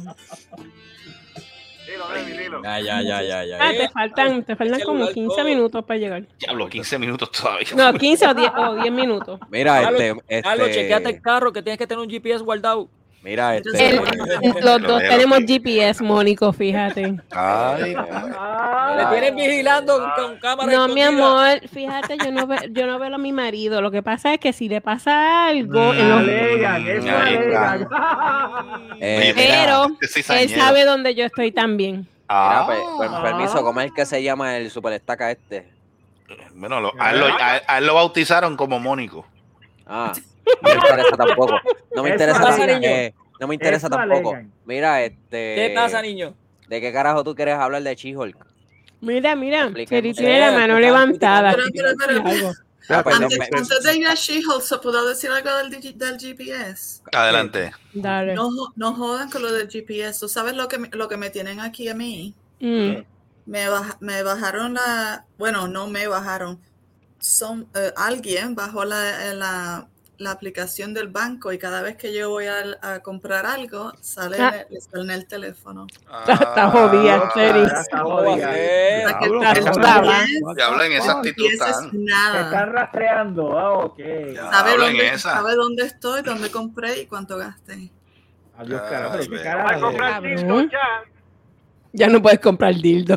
Dilo, David, dilo. Ya, ya, ya, ya, ya. Ah, te faltan, te faltan como quince minutos para llegar. Diablo, quince minutos todavía. No, quince o diez, o diez minutos. Mira, Carlos, este, Carlos, este, chequeate el carro que tienes que tener un G P S guardado. mira, este, El- los dos tenemos G P S, Mónico, fíjate. Ay, Le tienes vigilando con cámara. No, mi escondida. amor, fíjate, yo no, ve, yo no veo a mi marido. Lo que pasa es que si le pasa algo, en los- Alegan, eso Ahí está. alegan. eh, mira, pero Ese él cizañero. sabe dónde yo estoy también. mira, Ah, pe- per- permiso, ¿cómo es que se llama el super estaca este? bueno, lo- a, él lo, a- a él lo bautizaron como Mónico. Ah, no me interesa tampoco. No me Eso interesa alegan. eh, no me interesa Eso tampoco. alegan. Mira, este. ¿Qué pasa, niño? ¿De qué carajo tú quieres hablar de She-Hulk? Mira, mira, Explícame. Seri tiene la Eh, mano tú levantada. Pero, pero, pero, Algo. Ah, pues, Antes, me- antes de ir a She-Hulk, ¿se puedo decir algo del, G- del G P S? Adelante. Dale. No, jo- no jodan con lo del G P S. ¿Tú sabes lo que, me- lo que me tienen aquí a mí? Mm. Me, baj- me bajaron la... Bueno, no me bajaron. Son, eh, alguien bajó la, eh, la, la aplicación del banco y cada vez que yo voy a, a comprar algo, sale, Ah. en el- sale en el teléfono. Está jodida, Seri. Está jodida. Eh, O sea, que Diablo, el está G P brava. S Diablo, en esa actitud G P S es tan. Te nada. están rastreando. Ah, ok. Sabe Diablo, en dónde, esa. sabe dónde estoy, dónde compré y cuánto gasté. Adiós, carajo. ¿Qué Ay, Vas a carajo? comprar Cabrón. disco ya. Ya no puedes comprar dildo.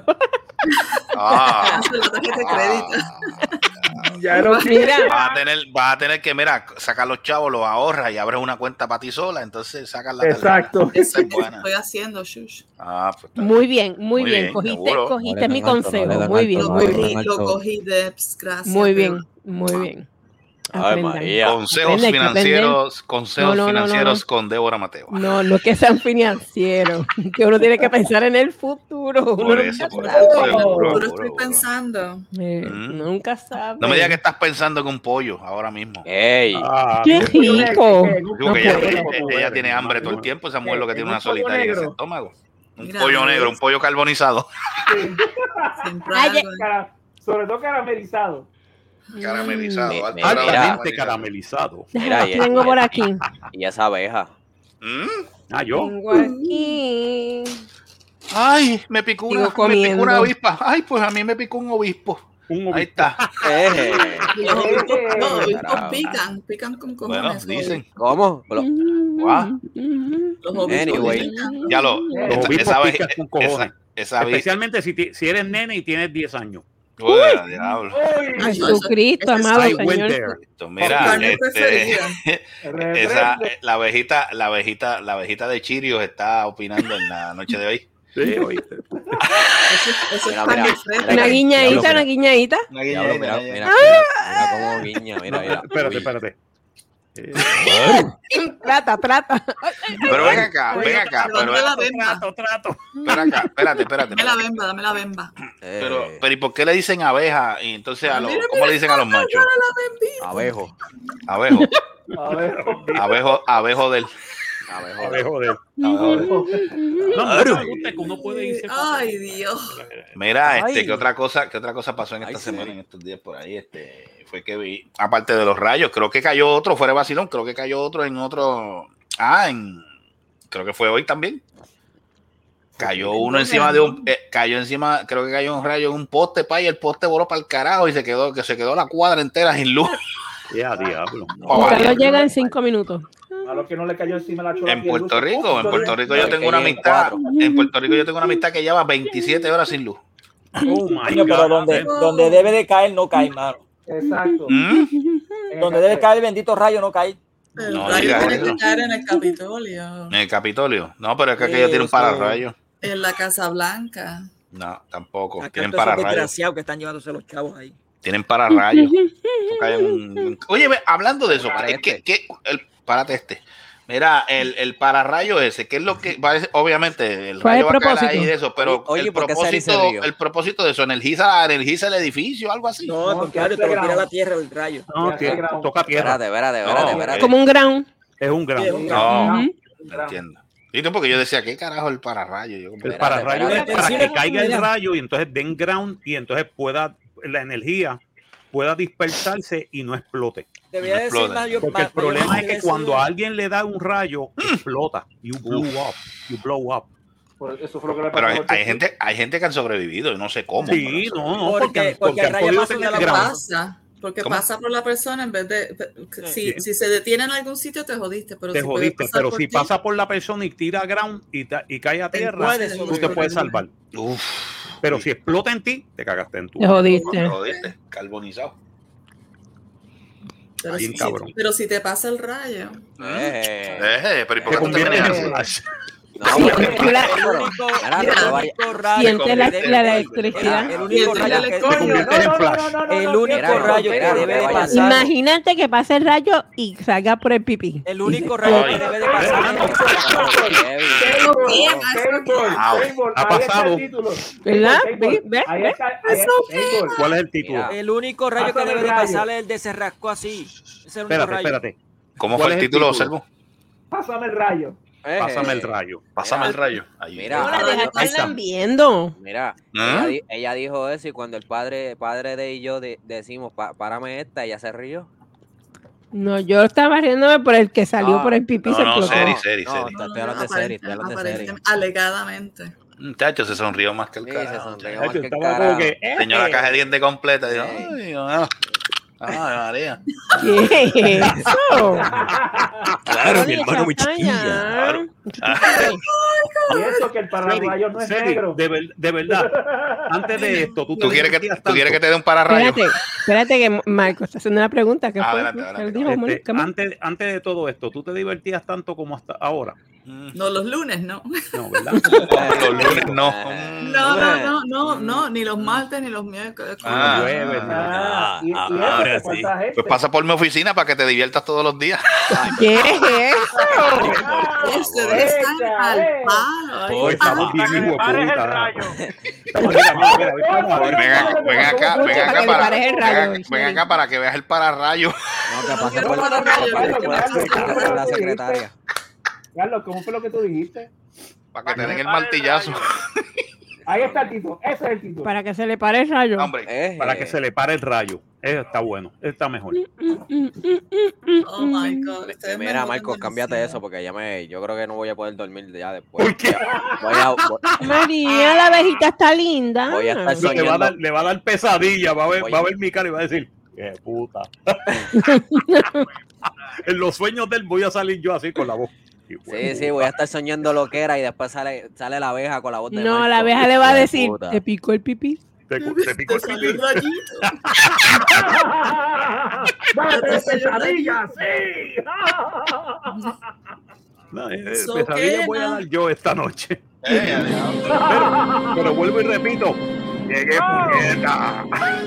Ah, Hace la tarjeta de crédito. Ya no Mira, vas a tener, vas a tener que, mira, sacar los chavos, los ahorras y abres una cuenta para ti sola, entonces sacas la tarjeta. Exacto. Eso es es buena. estoy haciendo, shush. Ah, pues está muy bien, muy, Muy bien. bien, Cogiste, seguro. cogiste No le mi dan alto, no le consejo. dan Muy alto, bien, Lo no muy le bien. dan cogí, alto. lo cogí de ps, gracias. Muy pero- bien, muy bien. Ay, Aprendan. María. Consejos Aprende, hay que aprender. financieros, consejos No, no, no, no, financieros no. con Débora Mateo. No, no que sean financieros, que uno tiene que pensar en el futuro. Uno Por nunca eso, por eso. sabe. Seguro, Seguro seguro, estoy seguro. pensando. Eh, Mm. Nunca sabe. No me digas que estás pensando en un pollo ahora mismo. ¡Ey! Ah, ¡Qué rico! Digo No que ella, puedo. ella- ella tiene hambre todo el tiempo, esa mujer lo que tiene ¿En una un pollo solitaria en ese negro? estómago. Un Mira, pollo ¿ves? negro, un pollo carbonizado. Siempre Ay, algo. Cara- sobre todo caramelizado. Caramelizado. Mi- alto mira, grado de mira. altamente caramelizado. Mira, ¿Qué y- tengo por aquí? Y esa abeja. Mm. Ah, yo. Tengo aquí. Ay, me picó, una, Sigo me picó comiendo. una avispa. Ay, pues a mí me picó un obispo. Un Ahí está. Eh, Los obispos, los obispos Carajo. pican, pican con cojones. Bueno, dicen. ¿Cómo? Lo- Guau. Los obispos Anyway. pican. Ya lo. Los esta- obispos esa, pican esa, con cojones. esa, esa vi- Especialmente si, ti- si eres nene y tienes diez años. Uy, diablo. Jesucristo, Ese es- amado I went Señor. there. Esto, Mira, carne este, preferida. esa, la abejita, la abejita, la abejita de Chirios está opinando en la noche de hoy. Sí, oíste. Eso, eso es Mira, carne mira, fresca. Una guiñadita, Diablo, una guiñadita. Una Diablo, guiñadita, mira, una mira, guiñadita. mira, mira cómo guiña, mira, mira. Espérate, Uy. espérate. Eh, Trata, trata. Pero ven acá, ven acá, Pero pero dame la bemba, trato, trato. espera acá, espérate, espérate. dame la espérate. bemba, dame la bemba. Eh, Pero, pero ¿y por qué le dicen abeja? Y entonces a los, Mira, ¿cómo le dicen a los machos? abejo. Abejo, A ver, abejo, abejo del. Abejo. A ver, joder. abejo del- No, no, no, me gusta que uno puede irse. Ay, Dios. Mira, este, Ay. ¿qué otra cosa, qué otra cosa pasó en esta Ay, semana, sí. en estos días por ahí? Este, fue que vi, aparte de los rayos, creo que cayó otro, fuera de vacilón, creo que cayó otro en otro, ah, en, creo que fue hoy también. Cayó uno encima de un, eh, cayó encima, creo que cayó un rayo en un poste, pa, y el poste voló para el carajo y se quedó, que se quedó la cuadra entera sin luz. Ya, diablo. Pa' Carlos variar. llega en cinco minutos. a los que no le cayó encima la chola. En Puerto Rico, en Puerto Rico yo tengo una amistad, en Puerto Rico yo tengo una amistad que lleva veintisiete horas sin luz. Oh my Coño, pero God. donde, donde debe de caer, no cae, mano. Exacto. ¿Mm? Donde debe caer el bendito rayo, no cae. El No, rayo diga tiene eso. que caer en el Capitolio, En el Capitolio. No, pero es que aquello tiene un Eso. pararrayo. en la Casa Blanca. No, tampoco. Acá Tienen todos esos pararrayos. desgraciados que están llevándose los chavos ahí. Tienen pararrayos. Eso cae en un- Oye, ve, hablando de eso, Para ¿qué, este. qué- qué- el, párate este. Mira, el, el pararrayo ese, que es lo que va a, obviamente el ¿Cuál es rayo el va a caer propósito? ahí de eso, pero Oye, el ¿por qué Sari se propósito, rió? el propósito de eso, energiza, energiza el edificio, algo así. No, al contrario, te lo tira a la tierra el rayo. No, tiene- toca tierra. Espérate, espérate, No, espérate, eh. espérate. Como un ground. Es un gran. Sí, es un No, Ujú. entiendo. Y no, porque yo decía, ¿qué carajo el pararrayo? Yo como, El Espérate, pararrayo espérate. es para que Encima- caiga el mira. rayo y entonces den ground y entonces pueda la energía pueda dispersarse y no explote. Debería No decir explota. mayor- Porque el ma- problema mayor- es que decir- cuando a alguien le da un rayo, explota. You blow up. You blow up. Pues eso fue lo que le pasó pero a hay, Ortiz. hay gente, hay gente que han sobrevivido y no sé cómo. Sí, pero- no, no, Porque- porque, porque porque el han rayo podido pasa de tener la ground. Pasa, porque ¿Cómo? pasa por la persona en vez de... Si, Sí. si se detiene en algún sitio, te jodiste. Pero Te si puede jodiste, pasar pero por si ti, pasa por la persona y tira ground y, ta- y cae a tierra, puede tú te sobrevivir. puedes salvar. Uf, Pero si explota en ti, te cagaste en tu. Te jodiste. te jodiste, carbonizado. Pero, Bien si, cabrón. pero si te pasa el rayo, Eh, Eh, pero ¿y por Te qué tú te conviertes meneas en así? flash. no, porque- Tú la- El único, Mira, mira, no el vaya- único rayo Siente que la, debe- la Mira, electricidad. el único Y rayo el que Te coño, conviertes en flash. el único Mira, rayo que mira, debe de vaya- pasar. Imagínate que pase el rayo y salga por el pipí. El único rayo que debe de pasar. pero bien, Wow. Paintball, Ha ahí está pasado. el título. ¿Verdad? Paintball, ¿Ve? ¿Ve? Ahí ¿Ve? está, ahí está, Paintball. ¿Cuál es el título? Mira. El único rayo que Pásame debe el de rayo. pasar es el de se rascó así. Ese es el único Espérate, rayo. espérate. ¿Cómo ¿Cuál fue el es el título, título? Servo? Pásame el rayo. Eh, Pásame el rayo. Pásame el rayo. Ahí. Mira, No la ahí deja está. estar viendo. Mira, ¿Ah? ella, di- ella dijo eso y cuando el padre padre de y yo de- decimos, "Pa- párame esta", ella se rió. No, yo estaba riéndome por el que salió No, por el pipí y no, se no, explotó. seri, seri, No, seri. estoy hablando de serie, estoy hablando de serie. aparentemente, alegadamente. Muchacho, se sonrió más que el Sí, carajo. se sonrió Ay, más yo que el estaba como carajo. que, eh, Señora caja de dientes completa. Digo, Ey. ay, Dios mío. Ay, María. ¿Qué es eso? Claro, mi Oye, hermano me champaña. chiquilla. Y eso que el pararrayo no es Seri, negro. de, ver- de verdad, antes de esto, tú, ¿Tú te quieres, que, divertías ¿Tú quieres que tanto. te dé un pararrayo? Espérate, espérate que Marco está haciendo una pregunta. ¿Qué fue? Adelante, adelante. Él dijo, Este, Mónica, ¿cómo? antes, antes de todo esto, ¿tú te divertías tanto como hasta ahora? No, los lunes no. No, ¿verdad? Los lunes no. No, no, no, no, no, ni los martes ni los miércoles. Ah. Llueve, ¿no? Ah, y, y eso, ahora que sí. cuánta gente. Pues pasa por mi oficina para que te diviertas todos los días. ¿Qué es eso? Ustedes están Echa, al eh. palo. ahí. Hoy estamos bien Para que hijo de pares el puta. rayo. Mira, mira, mira, mira, vamos a ver. Ven acá, ven acá, ven acá Para que para, le pares el ven rayo, acá- ven Seri. acá para que veas el pararrayo. No, que pase quiero por para que rayo, pase yo por la quiero secretaria, para la rayo. secretaria. Carlos, ¿cómo fue lo que tú dijiste? Para que te den el Para el martillazo. rayo. Ahí está el título. Ese es el título. Para que se le pare el rayo. Hombre, Eh, Para que se le pare el rayo. Eso está bueno. Eso está mejor. Oh my God. ustedes me Mira, joden Marcos, cámbiate demasiado. eso porque ya me, yo creo que no voy a poder dormir ya después. ¿Por qué? Voy a, voy, María, la abejita está linda. voy a estar Le va, a soñando. dar, le va a dar pesadilla. Va a ver, Oye. va a ver mi cara y va a decir, qué puta. En los sueños de él voy a salir yo así con la voz. Sí, sí, voy a estar soñando lo que era y después sale, sale la abeja con la voz de No, Marco. la abeja le va a Hijo de decir, puta. ¿te picó el pipí? Te, te pico el Te salió pipí. un rayito. ¡Date Te salió un pesadilla! rayito. ¡Sí! No, eh, So pesadilla que voy a no. dar yo esta noche. eh, Pero, pero vuelvo y repito. Llegué puñeta.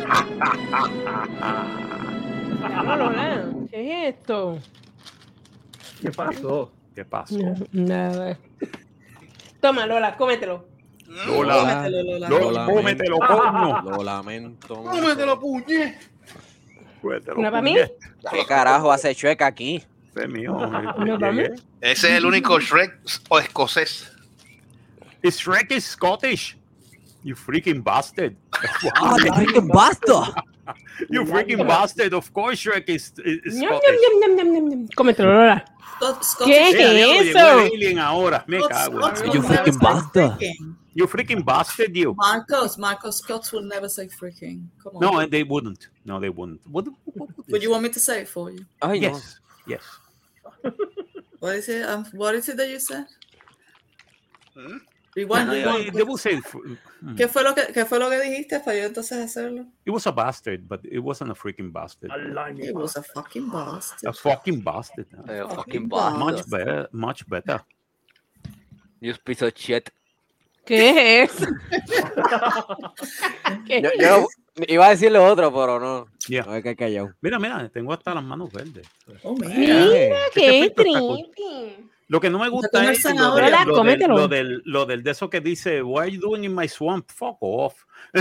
No, Lola, ¿qué es esto? ¿Qué pasó? ¿Qué pasó? No, nada. Toma, Lola, cómetelo. Lola, Cómetelo, Lola. Lola, cómetelo, coño. Lo lamento. cómetelo, puñe. Cómetelo, ¿Una para mí? puñet. ¿Qué carajo hace Chueca aquí? Ese es mío. ¿Una para mí? Llegué. Ese es el único Shrek o escocés. Shrek is Scottish. You freaking bastard. ¡Ah, te freaking basta! You freaking bastard. Of course Shrek is, is Ñam, Scottish. ñam, ñam, ñam, ñam, ñam. Cómetelo, Lola. Scott- Scott- ¿Qué es Eh, diablo, llegó eso? el alien ahora. Me Scott- cago. Scots en- will You never freaking say bastard. freaking. You freaking bastard, you. Marcos, Marcos, Scots will never say freaking. Come on. No, they wouldn't. No, they wouldn't. What, what, what Would you want me to say it for you? Ay, no. Yes, yes. What is it? Um, what is it that you said? ¿Mm? Rewind, I, rewind. they would say hmm. ¿Qué fue lo que qué fue lo que dijiste para yo entonces hacerlo? it was a bastard, but it wasn't a freaking bastard. It was a fucking bastard. A fucking bastard. Eh, fucking Much basta. better, much better. You piece of shit. ¿Qué es eso? ¿Qué Yo, es yo, eso? Iba a decir lo otro, pero no. Yeah. No hay que callado. Mira, mira, tengo hasta las manos verdes. Oh, Mira, Este qué efecto está cool. trippy. Lo que no me gusta comer es lo, zanahoria. de, Hola, lo, del, cómetelo. lo, del, lo del de eso que dice, what are you doing in my swamp? Fuck off.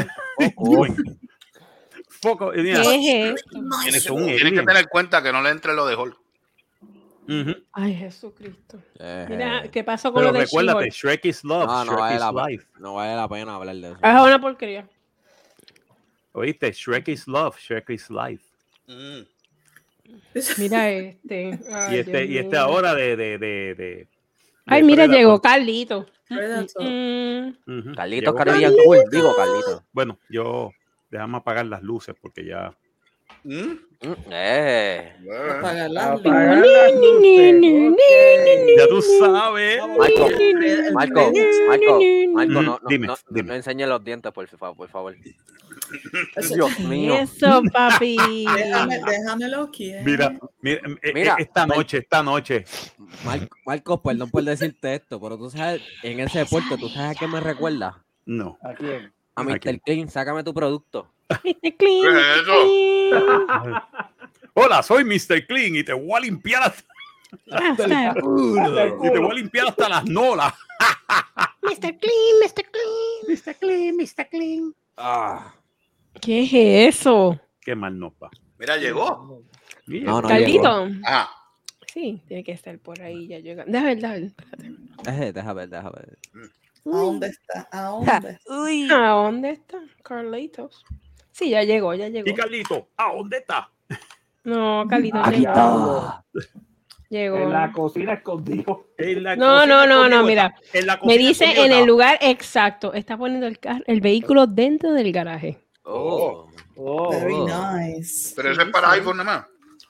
Fuck off. Y mira, ¿Qué es esto? Tienes, es un tienes que alien. tener en cuenta que no le entre lo de Hulk. Ujú. Ay, Jesucristo. Eh, Mira, ¿qué pasó con Pero lo de recuérdate, She-Hulk? Shrek is love, No, no Shrek vale, is la, life. no vale la pena hablar de eso. Es una porquería. Oíste, Shrek is love, Shrek is life. Mm. Mira este. Ay, Y este, Dios y este mío. ahora de, de, de, de Ay, de mira, Predator. llegó Carlito. Predator. Mm, Ujú. Carlitos Llegó Caribbean Carlito. Cool, digo Carlitos. Bueno, yo déjame apagar las luces porque ya. Mm. Mm, Eh. Bueno. Apagar las luces. Apagar las luces. Ok. Ya tú sabes. Marco, El Marco, Predator. Marco, Marco, no, no, Dime, no, dime. no enseñes los dientes, por favor, por favor. Eso- Dios mío. Eso, papi. Déjame, déjamelo quieto. Mira, mira, eh, Mira, eh, esta Mar- noche, esta noche. Marco, Marcos, perdón por decirte esto, pero tú sabes, en ese deporte, ¿tú sabes a qué me recuerda? No. ¿A quién? A ¿A mister quién? Clean, sácame tu producto. mister Clean, ¿Qué es mister eso? Clean. Hola, soy mister Clean y te voy a limpiar hasta, Hasta el culo. y te voy a limpiar hasta las nolas. mister Clean, mister Clean. mister Clean, mister Clean. Ah. ¿Qué es eso? Qué mal nos va. Mira, llegó. Mira, No, no Carlito. llegó. Ajá. Sí, tiene que estar por ahí ya llega. Déjame ver, déjame ver. Espérate. Deja, deja ver, deja ver. ¿A dónde está? ¿A dónde? Uy. ¿A dónde está Carlitos? Sí, ya llegó, ya llegó. Y Carlito, ¿a dónde está? No, Carlitos Aquí llegó. está. Llegó. En la cocina escondido. En la No, cocina no, no, escondido no, mira. está. En la Me cocina dice escondido en el está. lugar exacto. Está poniendo el, car- el vehículo dentro del garaje. Oh. Oh. Very Oh. nice. Pero eso es para iPhone nada más.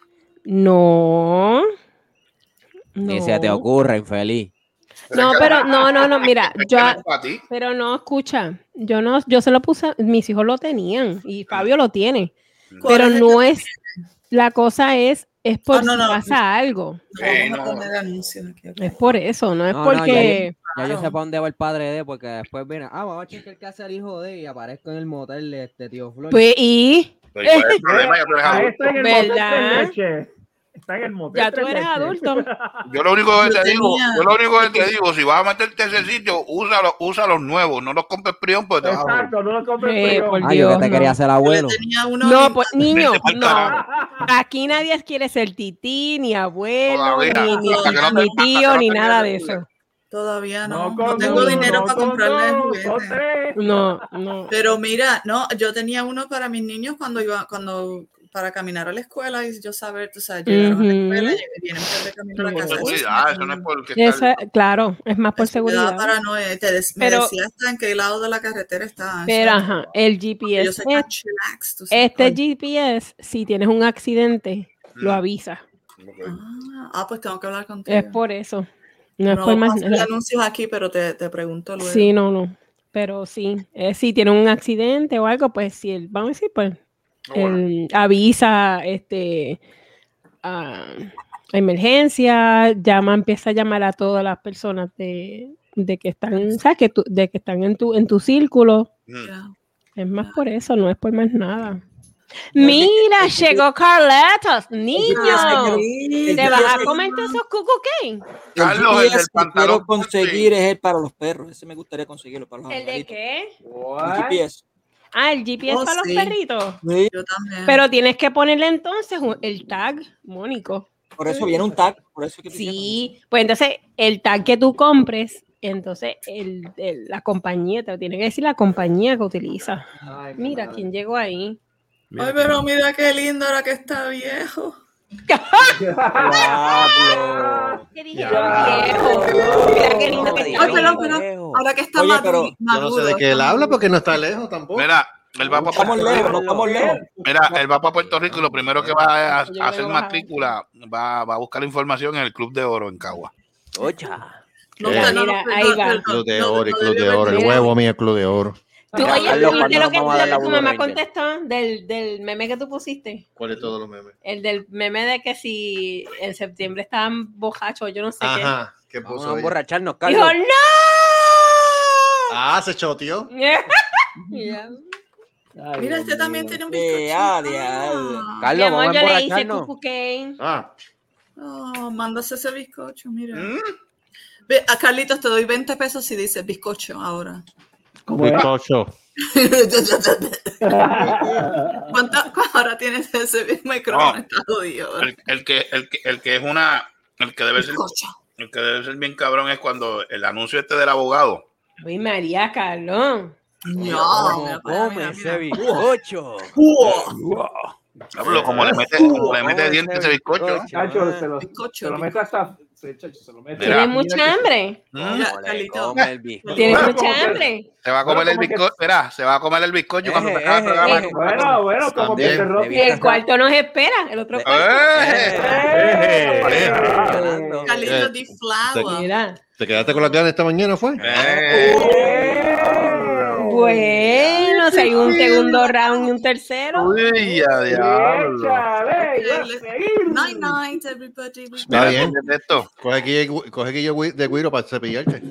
No. Ni No. se te ocurre, infeliz. No, pero no, no, no, mira, Es que yo, no es para ti. pero no, escucha, yo no, yo se lo puse, mis hijos lo tenían y Fabio lo tiene, ¿Cuál pero es el no que- es, la cosa es, es por Ah, no, si no. pasa algo, No Sí, vamos no. a poner anuncios aquí. ok. es por eso, no es No, no, porque, Ya yo sé para dónde va el padre de, porque después viene, ah, vamos a chequear qué hace el hijo de, y aparezco en el motel de este tío Flor. pues, y, Pero ¿cuál es el problema? Ya tú eres Ahí adulto. está en el ¿Verdad? motel de leche. Está en el motel ya tú de eres leche. adulto, Yo lo único que Yo te digo, tenía- yo lo único que te digo, si vas a meterte a ese sitio, usa los, usa los nuevos, no los compres prión porque te vas a joder. Exacto, no lo compres Eh, frío. por Ah, yo que Dios, te no. quería hacer Yo abuelo. le tenía uno no, en- pues, niño, Vete pa'l no, carajo. aquí nadie quiere ser tití, ni abuelo, Todavía. ni, ni, Hasta que no te- ni hasta que tío, no ni te nada de quede eso, Todavía no. No No, con tengo uno, dinero no para con comprarle dos, juguetes. con tres. no, no, Pero mira, no, yo tenía uno para mis niños cuando iba, cuando para caminar a la escuela y yo saber, tú sabes, llegaron a la escuela, Ujú. y vienen de camino a la Ujú. casa. Por eso seguridad, me eso no es tenía- porque eso, está es- claro, es más por eso me daba seguridad. para no, eh, te des- me Pero- decía hasta en qué lado de la carretera está. Pero, eso. ajá, el G P Porque yo S, soy es- tan chillax, tú sabes. este G P S, si tienes un accidente, lo Mm. avisa. Ah, ah, pues tengo que hablar contigo. Es por eso. No es No por vamos más a hacer nada. anuncios aquí, pero te, te pregunto luego. Sí, no, no. Pero sí, eh, si tiene un accidente o algo, pues si él, vamos a decir, pues, él avisa, este, a a emergencia, llama, empieza a llamar a todas las personas de, de que están, ¿sabes? Que tú- de que están en tu, en tu círculo. Ya. Es más por eso, no es por más nada. Mira, llegó Carletos, niño. el ¿Te G P vas S a comer todos esos cucu cake? Carlos, el el G P S del que pantalón. quiero conseguir es el para los perros. Ese me gustaría conseguirlo para los ¿El de animalitos. qué? El G P S. Ah, el G P S Oh, para sí. los perritos. Sí, Yo también. Pero tienes que ponerle entonces un- el tag, Mónico. por eso viene un tag. Por eso es que te Sí, pues entonces el tag que tú compres, entonces el, el- la compañía, te lo tiene que decir la compañía que utiliza. Mira quién llegó ahí. Ay, pero mira qué lindo ahora que está viejo. Diablo. ¿Qué dijeron, viejo? Mira qué lindo que está. Ay, pero, pero, ahora que está Oye, maduro, pero Yo no maduro, sé de qué él está habla maduro. porque no está lejos tampoco. Mira, él va No para estamos Puerto lejos, Rico. no estamos lejos. Mira, él va para Puerto Rico y lo primero que va a, Yo a hacer creo que matrícula, va, va a buscar información en el Club de Oro en Cagua. Ocha. No, ¿Qué? no, no, Mira, no, ahí no, va. no, Club de no, oro y no club de debe oro. El haber- huevo mío, club de oro. Tú, oye, Carlos, ¿tú viste ¿cuándo lo nos que vamos a dar la tu Blue mamá Ranger? contestó del, del meme que tú pusiste? ¿Cuál es todos los memes? El del meme de que si en septiembre estaban bojachos, yo no sé Ajá. ¿Qué Vamos puso a ahí? emborracharnos, qué. Dijo, Carlos. ¡no! Ah, se choteó. Ya. Mira, este también tiene un bizcocho. Ya, diablo. Ah. Carlos, Mi amor, vamos a yo le hice emborracharnos. cupcake. Ah, Oh, mándase ese bizcocho, mira. Ve, a Carlitos te doy veinte pesos si dices bizcocho ahora. Bizcocho. ¿Cuánto ahora tienes ese micrófono? No. Está jodido. El, el que, el, que, el que es una. El que debe ser. Bizcocho. El que debe ser bien cabrón es cuando el anuncio este del abogado. Uy, María, Carlos. No, mira, Come mira, ese mira. bizcocho. Pablo, como le mete, como le mete dientes a ese bizcocho. Chacho, se lo, Bizcocho. se lo mete hasta. Se, chacho, se lo mete. Mira. ¿Tienes mucha hambre? Mira, Come, Carlitos. come el bizcocho. ¿Tienes Bueno, mucha como que- hambre? Se va a comer Bueno, el como que- bizcocho. Mira, se va a comer el bizcocho cuando Eje, te acabas de eje, tragar. eje. Bueno, bueno, como que También. se rompe. Y el cuarto nos espera, el otro cuarto. ¡Eh! Ganando. Carlitos de flower. Mira. ¿te quedaste con las ganas esta mañana, fue? ¡Eh! Bueno, si hay un segundo round y un tercero. Uy, ya, diablo. Échale, iba a seguir. Night night, everybody. Está Mira, bien. ¿qué es esto? Coge aquí, coge aquí yo de guiro para cepillarte.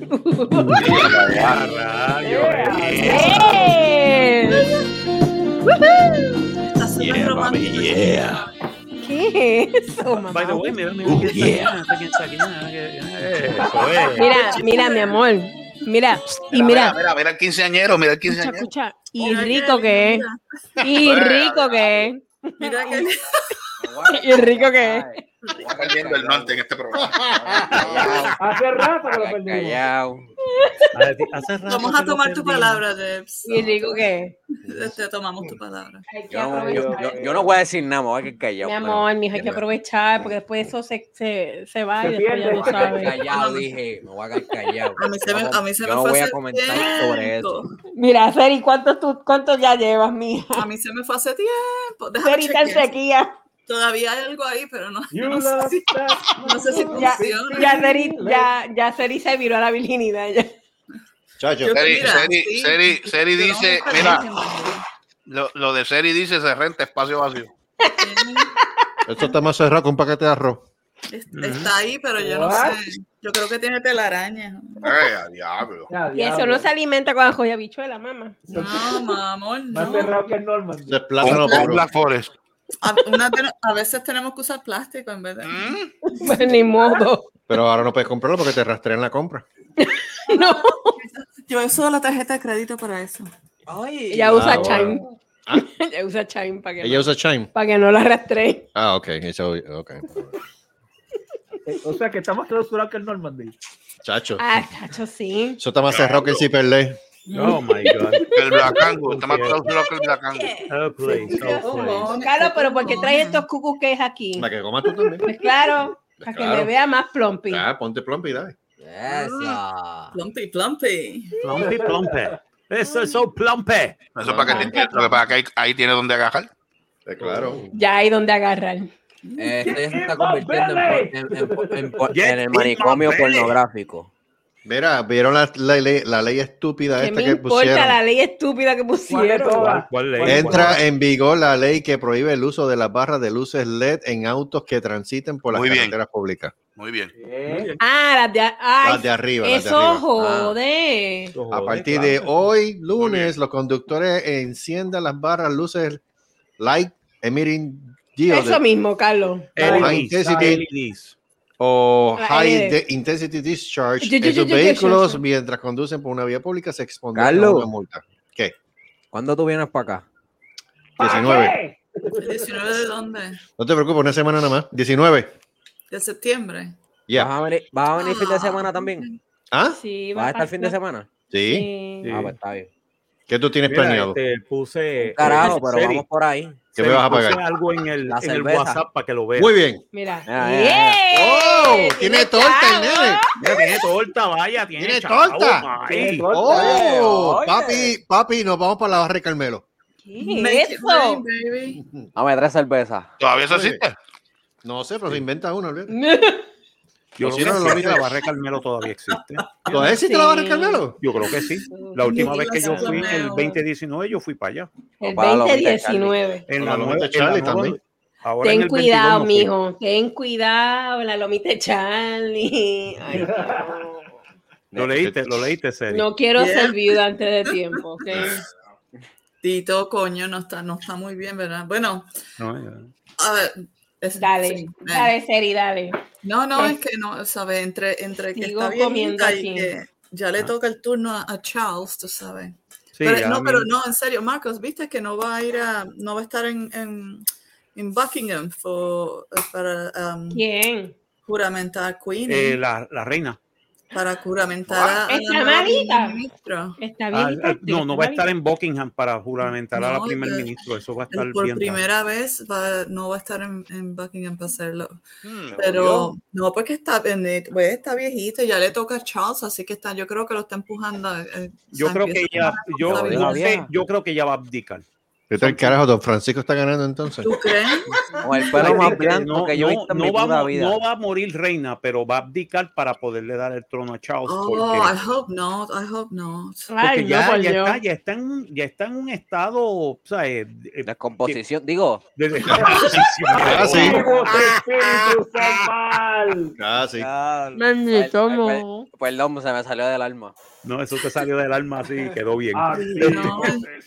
¡Eh! Está súper romántico. ¿Qué es eso, mamá? By the way, mira, mira quién está aquí, quién está aquí, eso es. Mira, mira, mi amor. Mira, y Mira, mira, mira, mira el quinceañero, mira el escucha, quinceañero. escucha. Y Mira rico que- que es. Y rico que es. Mira que Y rico que es. Está perdiendo el norte en este programa. Hace rato que lo perdimos. Callao. Hace rato vamos que a lo tomar tu perdí. palabra, Debs. Y rico que es. Te tomamos tu palabra. Hay que Yo no, yo, aprovechar. yo- yo no voy a decir nada, me voy a quedar callado. Mi pero- amor, mijo, hay que aprovechar porque después eso se, se, se va Se y después ya pierde. no sabes. Callado, dije, me voy a quedar callado. A mí se me, a mí se Yo me no fue voy a hace comentar tiempo. sobre eso. Mira, Seri, ¿cuánto, tú, ¿cuánto ya llevas, mija? A mí se me fue hace tiempo. Déjame Seri está en chequear. sequía. Todavía hay algo ahí, pero no, You no sé love si, that. no sé si Ya, funciona. ya, Seri, ya, ya Seri se viró a la virginidad. Ya. Chacho. Yo- Seri, Mira, Seri, sí. Seri, Seri Pero dice, vamos a mira, ver, lo, lo de Seri dice se renta espacio vacío. Esto está más cerrado que un paquete de arroz. Es- Está ahí, pero yo no What? sé. Yo creo que tiene telaraña. ¡Eh, a diablo! Ya, Y eso diablo. no se alimenta con ajo y habichuela, mamá. No, mamón, Más no. cerrado que el Norman. Eso es plátano Un, un puro. Black Forest. A, una te- a veces tenemos que usar plástico en vez de. Pues ni modo. Pero ahora no puedes comprarlo porque te rastrean la compra. No. Yo uso la tarjeta de crédito para eso. Ay, Ella usa Ah, Chime. bueno. Ella usa Chime para que, Ella no, usa Chime. para que no la rastree. Ah, ok. Eso, ok. O sea que está más clausurado que el Normandy. Chacho. Ah, cacho, sí. Eso está más cerrado que el Ciperley. Oh my God. El Black Angus, está más clausurado que el Black Angus. Oh, please, oh, please. Carlos, pero ¿por qué traes estos cucus que es aquí? Para que comas tú también. Pues claro, para que Claro. me vea más plumpy. Ah, ponte plump y dale. Esa. Plumpy, plumpy. Plumpy, plumpe. Eso es so plumpe. Eso para que te, lo que pasa es que ahí, ahí tiene donde agarrar. Eh, claro. Ya hay donde agarrar. Este ya se está convirtiendo en, en- en- en- en- Get en el in manicomio my belly. pornográfico. Mira, ¿vieron la, la ley, la ley estúpida ¿Qué esta me que importa pusieron? la ley estúpida que pusieron? ¿Cuál, cuál ley? Entra en vigor la ley que prohíbe el uso de las barras de luces L E D en autos que transiten por las Muy bien. carreteras públicas. Muy bien. Ah, las de, ay, Las de arriba, las de Eso arriba. jode. A partir de hoy, lunes, los conductores enciendan las barras luces light emitting diode Eso mismo, Carlos. o high L E Ds, intensity L E Ds. o La high L E D. de- intensity discharge Yo, yo, en yo, sus yo, yo, vehículos yo. mientras conducen por una vía pública se expondrán a Carlos. una multa. ¿Qué? ¿Cuándo tú vienes para acá? diecinueve. ¿El diecinueve de dónde? No te preocupes, una semana nada más. diecinueve. De septiembre. Ya. ¿Vas a venir, vas a venir fin de semana también? ¿Ah? Sí, ¿Vas a estar fin de semana? Sí. Sí. Ah, pues está bien. ¿Qué tú tienes Mira, planeado? este, puse. Carajo, eh, pero Seri, vamos por ahí. ¿Qué me Seri, vas a puse pagar? algo en el, La en el cerveza. WhatsApp para que lo veas. Muy bien. Mira. Ya, ya, ya. ¡Yeah! ¡Oh! Tiene torta el chavo. nene. Mira, tiene torta, vaya, tiene, Tiene chavo, torta. ahí. Tiene torta. ¡Oh! Oye. Papi, papi, nos vamos para la barra de Carmelo. ¿Qué Make es it eso? rain, baby. Dame tres cervezas. ¿Todavía eso Muy bien. existe? No sé, pero se inventa uno. olvídate. Yo Si creo no, que lo sí, vi. la barra de Carmelo todavía existe. ¿Todavía existe la barra de Carmelo? Yo creo que sí. La última vez que yo fui, el Meo. veinte diecinueve, yo fui para allá. El Para la veinte lomita de diecinueve. En La la, lomita nueva, de Charlie en la nueva- también. Ahora en Ten el cuidado, veintidós no fui. mijo. Ten cuidado. La lomita de Charlie. Ay, Lo leíste, lo leíste, serio. no quiero Yeah. ser viuda antes de tiempo, ¿ok? Tito, coño, no está, no está muy bien, ¿verdad? Bueno, No, ya. a ver, es- Dale, sí, dale, Seri, dale. No, no, Es- es que no, ¿sabes? Entre, entre que Sigo está comiendo viejita y aquí. que ya le Ah. toca el turno a, a Charles, tú sabes. Sí, Pero, ya no, a mí- pero no, en serio, Marcos, ¿viste que no va a ir a, no va a estar en, en, en Buckingham for- para um, ¿Quién? juramentar Queenie? eh, la, la reina. Para juramentar a, a ¿Está la nueva malita? primer ministro. Está Ah, viejita. ah, no, no va a estar malita. en Buckingham para juramentar a la No, primer eh, ministro. Eso va a Él estar por bien raro. primera vez va, no va a estar en, en Buckingham para hacerlo. Hmm. Pero no, porque está, pues, está viejito, ya le toca a Charles, así que está, yo creo que lo está empujando. eh, Yo o sea, creo que empieza ella, a- yo, está no bien. sé, yo creo que ella va a abdicar. ¿Qué tal carajo? Don Francisco está ganando entonces. ¿Tú crees? Con el pelo más blanco No, que yo he no, visto en no mi va, a puta mo- vida. no va a morir reina, pero va a abdicar para poderle dar el trono a Charles. Oh, porque I hope not, I hope not. porque Ay, no, ya, por ya, Dios. está, ya, está en, un- ya está en un estado, ¿sabes? Eh, Descomposición, digo. De descomposición. Ah, sí. Espíritu Sanmal. Casi. Bendito, Ay, ay, mo. Perdón, se me salió del alma. No, eso te salió del alma así y quedó bien. No,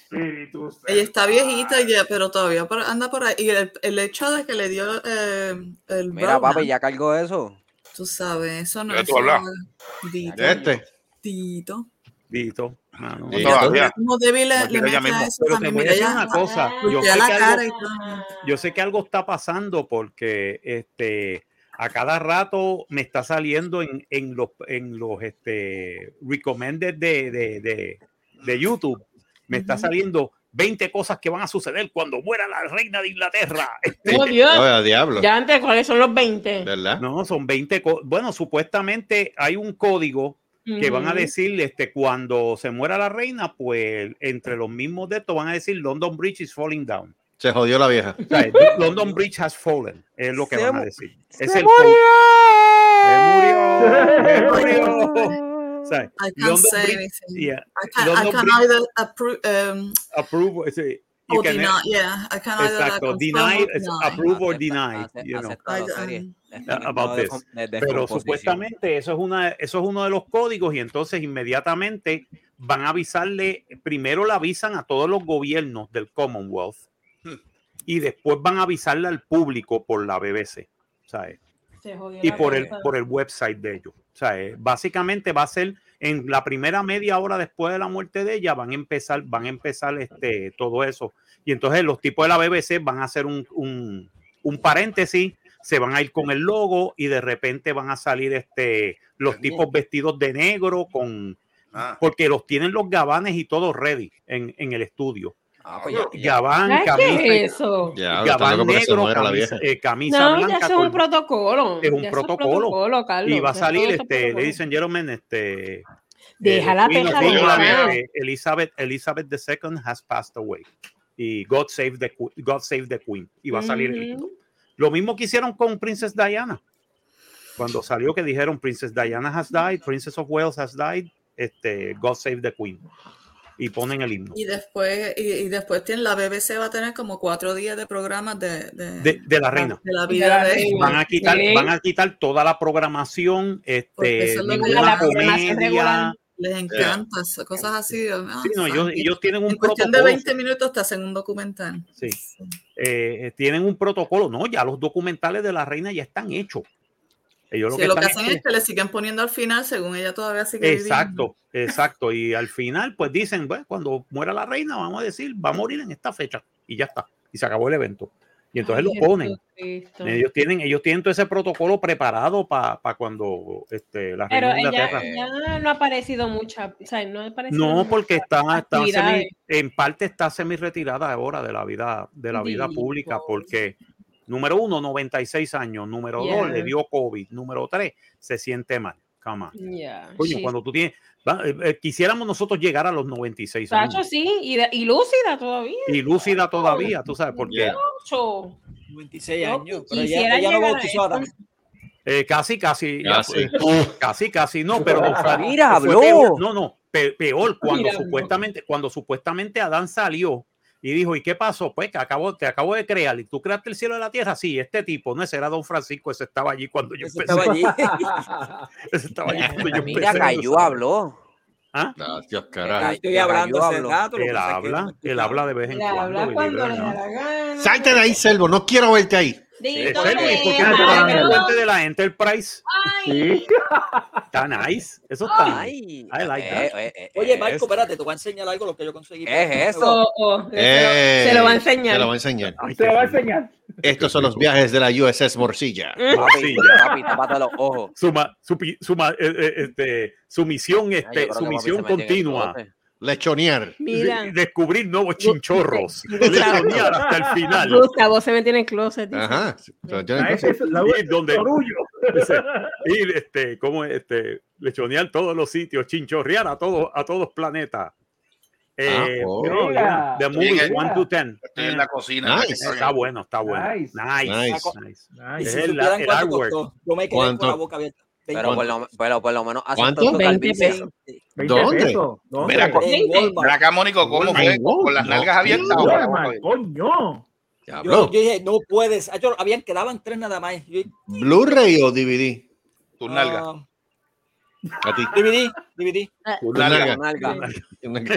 ella está viejita ya, pero todavía por- anda por ahí. Y el, el hecho de que le dio eh, el Mira, Rona, papi, ya cargó eso. tú sabes, eso no ¿De es. tú hablas? Dito. Este. Dito. Dito, mano. Dito. Todavía. Como débil le, No le quiere ella mete a misma. eso Pero te también. voy a Mira, decir ella una cosa. Yo voltea sé, la que cara y algo, todo. yo sé que algo está pasando porque este, a cada rato me está saliendo en, en los, en los este, recommended de, de, de, de YouTube. Me está saliendo veinte cosas que van a suceder cuando muera la reina de Inglaterra. Este, Oh, Dios. Oye, a diablo. Ya antes, ¿cuáles son los veinte? ¿Verdad? no, son veinte. co- Bueno, supuestamente hay un código que van a Ujú. decir este, cuando se muera la reina, pues entre los mismos de estos van a decir London Bridge is falling down. Se jodió la vieja. O sea, London Bridge has fallen, es lo que Se van a mu- decir. ¡Se Es el murió! Se murió. Se murió. O sea, I can't London say Bridge, anything. yeah, I can, I London can Bridge either approve, um, approve, ese, you or can- deny. Yeah, I can either exacto, confirm deny, or es deny. approve or Acepta- deny, ace- you know, aceptado, I- serie. um, Este uh, mismo about de this. com- de Pero descomposición. supuestamente eso es una, eso es uno de los códigos y entonces inmediatamente van a avisarle, primero le avisan a todos los gobiernos del Commonwealth y después van a avisarle al público por la B B C, ¿sabes? Se jodió Y la por el, cosa. por el website de ellos. O sea, eh, básicamente va a ser en la primera media hora después de la muerte de ella, van a empezar, van a empezar este, todo eso. Y entonces los tipos de la B B C van a hacer un, un, un paréntesis, se van a ir con el logo y de repente van a salir este, los tipos vestidos de negro con, Ah. porque los tienen los gabanes y todo ready en, en el estudio. Ah, pues ya- ya- Gabán, ¿Sabes camisa, qué es eso? Ya, está gabán loco porque se negro, muera la camisa, vieja. eh, camisa No, ya blanca. eso es un con- protocolo. es un Ya eso protocolo. Carlos. y va a Ya salir todo eso es este, protocolo. ladies and gentlemen, este Deja eh, la Queen of peja de England, mamá. eh, Elizabeth Elizabeth the second has passed away y God save the Queen, God save the Queen y va a salir el himno. Lo mismo que hicieron con Princess Diana cuando salió, que dijeron Princess Diana has died, Princess of Wales has died, este God save the Queen y ponen el himno Y después, y, y después tiene, la B B C va a tener como cuatro días de programas de, de, de, de la reina. de la vida de ella. Van a quitar, Sí. van a quitar toda la programación, Porque este, eso es lo que ninguna la programación regular. comedia. Les encanta, esas cosas así. ah, Sí, no, ellos, santi. ellos tienen un en cuestión de protocolo. veinte minutos te hacen un documental. Sí. Eh, tienen un protocolo. No, ya los documentales de la reina ya están hechos. Ellos lo Sí, que lo que están hacen es es que le siguen poniendo al final según ella todavía sigue viviendo. exacto, exacto. Y al final, pues dicen, bueno, cuando muera la reina, vamos a decir, va a morir en esta fecha. Y ya está. Y se acabó el evento. Y entonces Ay, lo ponen. Jesucristo. Ellos tienen, ellos tienen todo ese protocolo preparado para pa cuando este, la Pero reina de ella, Inglaterra. ella no ha aparecido mucha, o sea, no ha aparecido No, mucha porque está, está actividades. semi, en parte está semi retirada ahora de la vida, de la vida Dios. pública, porque número uno, noventa y seis años, número Yeah. dos, le dio COVID, número tres, se siente mal. Come on. Yeah, Coño, she's- cuando tú tienes, va, eh, eh, quisiéramos nosotros llegar a los noventa y seis años. Tacho, sí, y, de- y lúcida todavía. Y lúcida todavía, tú sabes, porque Tacho. veintiséis Yo años, pero quisiera ya, ella no llegar a bautizó a eso. eh, casi, casi, ya, Casi. pues, casi, casi, no, pero Mira, fue habló. peor. No, no, pe- peor cuando Mira, supuestamente, cuando supuestamente Adán salió y dijo, ¿y qué pasó? Pues que acabo, te acabo de crear y tú creaste el cielo y la tierra. Sí, este tipo, no, ese era Don Francisco, ese estaba allí cuando yo Ese empecé. estaba allí. Ese estaba allí cuando yo Mira, empecé. cayó, habló. ¿Ah? Dios, carajo. Estoy hablando hace rato. Él habla, él habla de vez en Le cuando. habla Billy cuando le Bear, da ¿no? la gana. Salte de ahí, Selvo. No quiero verte ahí. Dito Selvo, ¿y por qué no te pones en el puente de la Enterprise? Sí. Está nice. Eso está Ay, nice. I like that. eh, eh, eh, Oye, eh, Marco, eso. espérate, te voy a enseñar algo lo que yo conseguí. ¿Qué es eso? Oh, oh, se, Eh, lo, se lo va a enseñar. Se lo va a enseñar. Se lo va a enseñar. Estos son los viajes de la U S S Morcilla. Papi, papi, tápate los ojos. Su, ma- su, pi- su, ma- eh, eh, este, su misión, este, Ay, yo creo su que papi misión se metió en el continua. bote. Lechonear. Mira. De- descubrir nuevos chinchorros. Gustavo. Lechonear hasta el final. Gustavo se mete en el closet. dice. Ajá. Ah, ese es la Y donde orgullo. ir, este, como este, lechonear todos los sitios, chinchorrear a todos, a todos planetas. Eh, oh. no, Mira. The movie Mira. one to ten. Estoy en la cocina. Nice. Está bueno, está bueno. Nice. Nice, Nice. nice. Y Es si el- supieran el cuánto artwork. costó, yo me quedé ¿Cuánto? con la boca abierta. Pero por, lo, pero por lo menos hacen ¿Cuánto? todo tu veinte calvicie. pesos. veinte ¿Dónde? pesos. ¿Dónde? Mira, con- En Walmart. Ven acá, Mónico, ¿cómo fue? ¿Con, con las No. nalgas abiertas o con la boca Walmart, abierta? coño. Yo, Diablo. yo dije, no puedes. Ah, yo- habían, quedaban tres nada más. Yo, ¿Blu-ray o D V D? Tus nalgas. ah, A ti. D V D, D V D. Tu nalga. nalga. Nalga.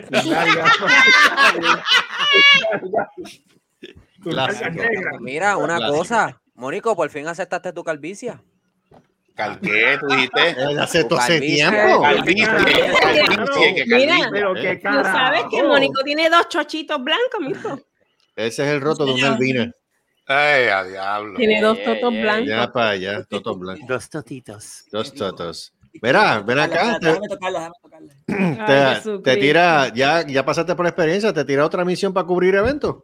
Tu Clásico. nalga negra. Mira, una Clásico. cosa. Mónico, por fin aceptaste tu calvicie. ¿Calqué? ¿Tú dijiste? Él hace esto hace Calvicie. tiempo. Calvicie. Calvicie. que Mira. calvicie. Pero qué Tú carajo. sabes que Mónico tiene dos chochitos blancos, mijo. Ese es el roto de una albina. Ay, a diablo. Tiene dos Ey, totos ey, ey. blancos. Ya para allá, totos blancos. Dos totitos. Dos totos. Verá, ven acá. Te, Déjame tocarla, déjame tocarla. Ay, te, Jesucristo. te tira, ya, ya pasaste por la experiencia, te tira otra misión para cubrir eventos.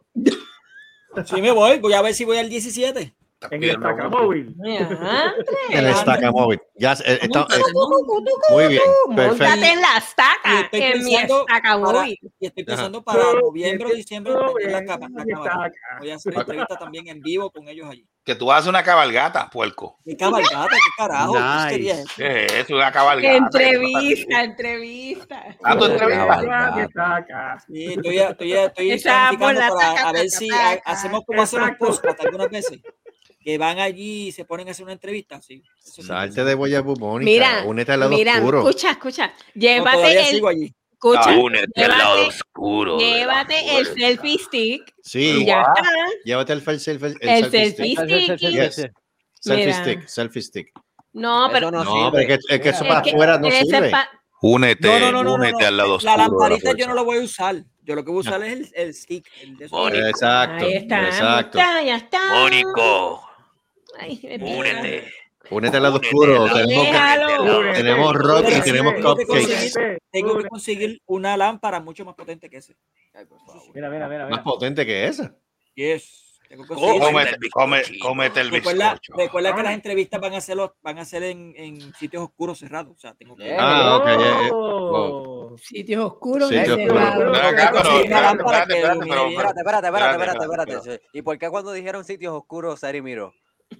Sí, me voy. Voy a ver si voy al diecisiete. En el Tacamóvil. Ajá. En el Estaca Móvil. Ya, eh, está- eh, muy bien, Móntate perfecto. en la Y estaca, estoy en mi pensando estaca para- móvil. Y estoy Ajá. pensando para Todo noviembre o bien, diciembre todo meter la, bien, capa- la ahí cámara. está. Voy a hacer entrevistas también en vivo con ellos allí. Que tú haces una cabalgata, puerco. ¿Qué cabalgata? ¿Qué carajo? Nice. ¿Qué sería eso? ¿Qué es eso? Una cabalgata. Entrevista, entrevista. Ah, tú entrevistas. Cabalgata, estaca. Sí, estoy, estoy, estoy Esa planificando por la para taca, a ver taca, si taca. ha- hacemos como hacemos Exacto. podcast algunas veces. Que van allí y se ponen a hacer una entrevista. Sí, eso sí. Salte de Boyabú, Mónica. Mira, Únete al lado mira, oscuro. escucha, escucha. No, Llévate todavía el, sigo allí. escucha, Ah, Únete al lado llévate, oscuro. de la llévate el fuerza. selfie stick Sí, y ya está. llévate el, fel- selfie- el, El selfie selfie stick. stick. Yes. Selfie Mira. stick, selfie stick. No, pero Eso no No, sirve. pero es que, es que eso es para que afuera no ese sirve. pa- Únete, No, no, no, no, no, únete no. al lado La oscuro. de la lamparita yo fuerza. no lo voy a usar. Yo lo que voy a usar es el, el stick. El de esos. Mónico. Exacto, Ahí está, exacto. ya está, ya está. Mónico, Ay, qué pena. únete. Únete al lado Únete oscuro. al lado Tenemos, Déjalo. tenemos rock y tenemos Tengo que cupcakes. conseguir, tengo que conseguir una lámpara mucho más potente que ese. Mira, mira, mira. Más mira. potente que esa. Yes. Tengo que conseguir. Cómete, come- cómete el Recuerda, bizcocho. recuerda que las entrevistas van a hacerlo, van a ser en, en sitios oscuros cerrados. O sea, tengo que. Ah, ok. eh, eh. Oh. Sitios oscuros. Sitios encerrados. Ven acá, pero, Sí, una lámpara espérate, que espérate, ilumine pero- bien. Espérate, espérate, espérate, espérate, Espérate, espérate. ¿Y por qué cuando dijeron sitios oscuros, Sari miró?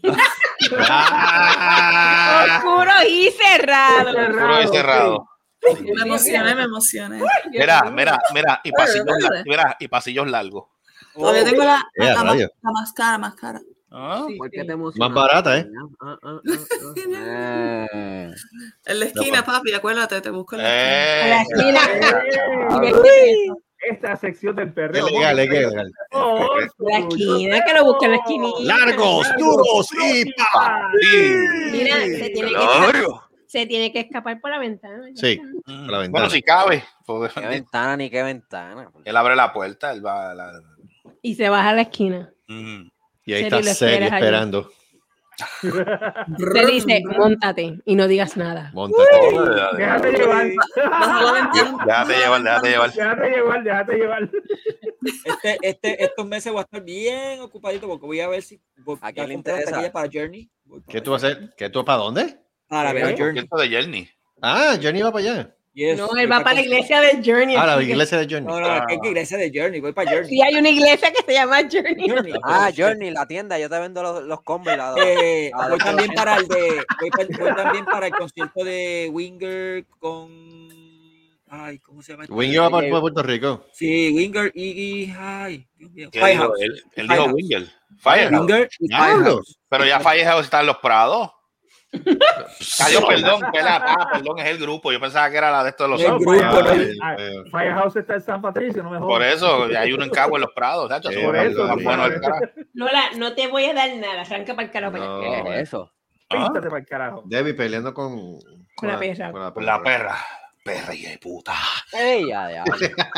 Ah. Oscuros y cerrados. Oscuro y cerrado. Me emocioné, me emocioné. Mira, mira, mira, y pasillos, la- mira, y pasillos largos. Todavía tengo la, Eh, la, la, rayos. la más cara, más cara. Ah, ¿Por qué te emocionas? Más barata, ¿eh? Ah, ah, ah, ah. Eh. En la esquina, papi, acuérdate, te busco en la eh, A la esquina. Esta sección del perreo. Es legal, es legal. Oh, La esquina, que lo busque en la esquinita. Largos, duros y pa. sí. Mira, se tiene que escapar, Claro. se tiene que escapar por la ventana. ya Sí. está. A la Bueno, ventana. si cabe. Pues, Qué ventana ni qué ventana. él abre la puerta, él va a la... Y se baja a la esquina. Mm. Y ahí Seri, está lo Seri esperas allí. esperando. Te dice, móntate y no digas nada. Móntate. Déjate llevar. Baja la ventana. Déjate llevar, déjate llevar. Déjate llevar, déjate llevar. Este, este, estos meses voy a estar bien ocupadito porque voy a ver si. voy ¿A quién le compré la interesa? taquilla para Journey. Voy para ¿Qué tú vas a hacer? ¿Qué tú para dónde? Para ver a Journey. Concierto de Journey. Ah, Johnny va para allá. Yes, No, voy él va para la concierto. iglesia de Journey. Ah, la así que- iglesia de Johnny. No, no, ¿qué iglesia de Journey? Voy para Journey. Sí, hay una iglesia que se llama Journey. Journey. Ah, Journey, la tienda, yo te vendo los, los combos. y la- Eh, la- voy la- también para el de voy, pa- voy también para el concierto de Winger con ay ¿cómo se llama este? Winger va para para Puerto Rico. Sí, Winger y ay Dios mío, ¿Qué dijo Firehouse. él? Él dijo Firehouse. Winger. Firehouse. Winger y Diablo. Firehouse. Pero ya Firehouse está en los Prados. Adiós, perdón, pela, ah, perdón, es el grupo. Yo pensaba que era la de estos de los El Zombies. grupo, Ah, no, el- ah, el- Firehouse está en San Patricio, no me jodas. Por eso, hay uno en Cabo en los Prados, ¿sabes? Eh, Eso por es eso, más tú bueno del sabes. carajo. Lola, no te voy a dar nada. Arranca para el carajo. para allá. ¿Qué es eso? Píntate para el carajo. Debbie peleando con, Con la perra. Con la Con la perra. Perra y de puta. Ella, diablo.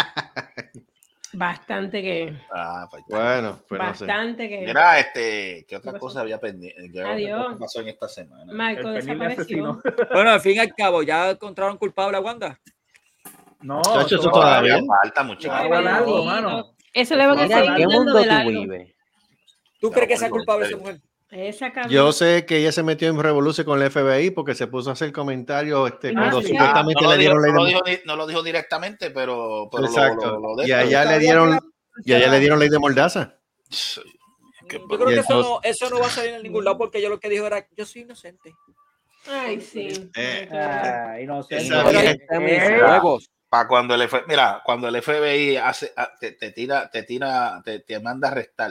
Bastante que. Ah, pues, Bueno, pues no sé. Bastante que. Mira, este, ¿qué otra ¿Qué pasó? cosa había pendiente? ¿Qué Adiós. otra cosa pasó en esta semana? Marco El pernil desapareció. Bueno, al fin y al cabo, ¿ya encontraron culpable a Wanda? No, Chacho, eso va- todavía. Falta, va muchachos. a largo, mano. Eso le van a Mira, seguir ¿en qué dando mundo de tú largo. vives? ¿Tú crees que sea bueno, culpable en esa serio. mujer? Esa cabrón. Yo sé que ella se metió en revolución con el F B I porque se puso a hacer comentarios este, Ah, cuando sí. supuestamente no, le lo dijo, dieron ley no, lo de dijo, ni- no lo dijo directamente, pero, pero lo- Exacto. lo, lo de y esto. allá le dieron y allá le dieron ley de mordaza. Qué Yo creo Y que eso entonces- no, eso no va a salir en ningún lado porque yo lo que dijo era, yo soy inocente. Ay, sí. Eh, Ah, inocente. Esa Pero bien. de mis Eh, huevos. Pa' cuando el F, mira, cuando el F B I hace, a- te, te tira, te tira, te, te manda a arrestar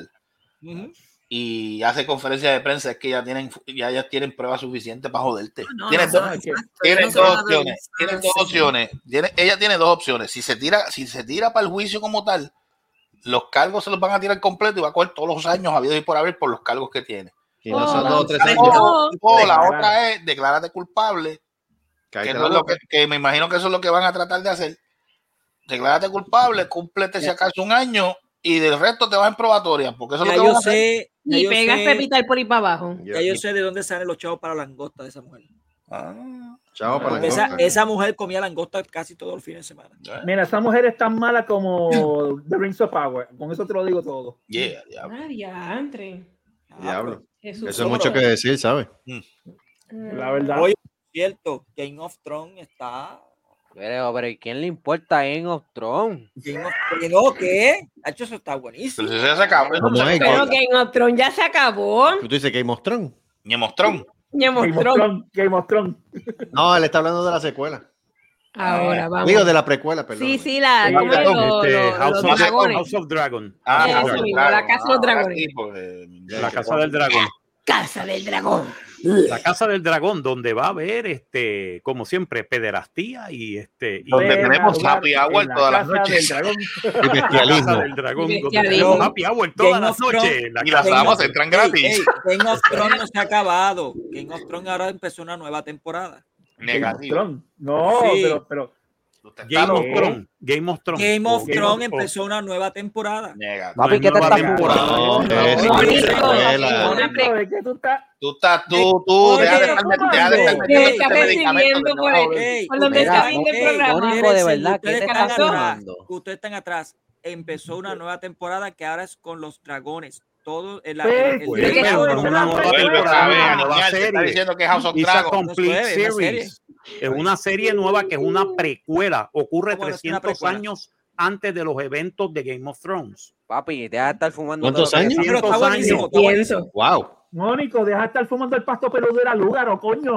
y hace conferencia de prensa, es que ya tienen, ya, ya tienen pruebas suficientes para joderte. No, Tienen no, dos, no, exacto. tienen No se dos van a opciones, revisar tienen dos así. opciones. Tiene, ella tiene dos opciones. Si se tira, si se tira para el juicio como tal, los cargos se los van a tirar completo y va a coger todos los años habido y por haber por los cargos que tiene. Y no son Oh, dos o tres O, años. o la otra es declárate culpable, que, Cállate eso la es lo boca. que, que me imagino que eso es lo que van a tratar de hacer. Declárate culpable, cúmplete si acaso un año y del resto te vas en probatoria, porque eso es Ya lo que yo van a hacer. sé, ya Y yo pegas sé, pepitar por ahí para abajo. ya yo sé de dónde salen los chavos para langosta de esa mujer. Ah, Chao para la Esa, langosta. esa mujer comía langosta casi todos los fines de semana. Mira, esa mujer es tan mala como The Rings of Power. Con eso te lo digo todo. Yeah, diablo. Ah, diantre. Diablo. Jesús. Eso es mucho que decir, ¿sabes? La verdad. Oye, cierto, Game of Thrones está. Pero, pero ¿y quién le importa Game of Thrones? Game of Thrones, ¿no? ¿Qué? Hacho, eso está buenísimo. Pero si ya se acabó. ¿Cómo es? Pero Game of Thrones ya se acabó. ¿Tú dices Game of Thrones? Ni mostrón. Game of Game of Thrones. Thrones. Game of Thrones. No, él está hablando de la secuela. Ahora vamos. Digo, de la precuela, perdón. Sí, sí, la. Sí, ¿cómo es? perdón, Lo- este, lo- House, los of, dragones. House of Dragon. Ah, Eso House of mismo, Dragon. la casa de los Ah, dragones. sí, porque- La Casa del Dragón. Casa del dragón. La Casa del Dragón, donde va a haber, este, como siempre, pederastía y este. Y Donde Ven a tenemos jugar happy hour en la todas las casa del noches. dragón. Y la Casa bestialismo. del Dragón, Y donde bestialismo. tenemos happy hour todas Game las of Thrones. noches. La Y las Casa- damas entran gratis. Ey, ey, Game of Thrones no se ha acabado. Game of Thrones ahora empezó una nueva temporada. Game of Negativo. Thrones. No, Sí. pero, pero Usted Game está of ¿Qué? Thrones. Game of Thrones. Game of Game Thrones of- empezó una nueva temporada. negativo. Papi, No es ¿qué te nueva estás temporada. No, No, eso no, es no, secuela. no, Mónico, ¿de qué tú estás? Tú estás, tú, tú, Oye, deja de estar ¿cómo deja de estar ando? metiendo Que este está medicamento recibiendo que te por va a el- joder. por donde Mira, está viendo el ey, programa. Mónico, de espérense, verdad, ¿qué ustedes te que estás están atrás, fumando? ustedes están atrás. Empezó una nueva temporada que ahora es con los dragones. Todo el, el, Pues, el- el- pues, el- pero el- es una nueva Vuelve otra temporada, vez una a nueva niñar, te está serie. diciendo que es House of It's a Dragon. complete No es una series. Es una serie nueva que es una precuela. Ocurre ¿Cómo no es una trescientos precuela? años antes de los eventos de Game of Thrones. Papi, deja de estar fumando. ¿Cuántos todo lo que- años? Pero está trescientos buenísimo, años. está buenísimo. Wow. Mónico, deja de estar fumando el pasto peludo de la Lúgaro, coño.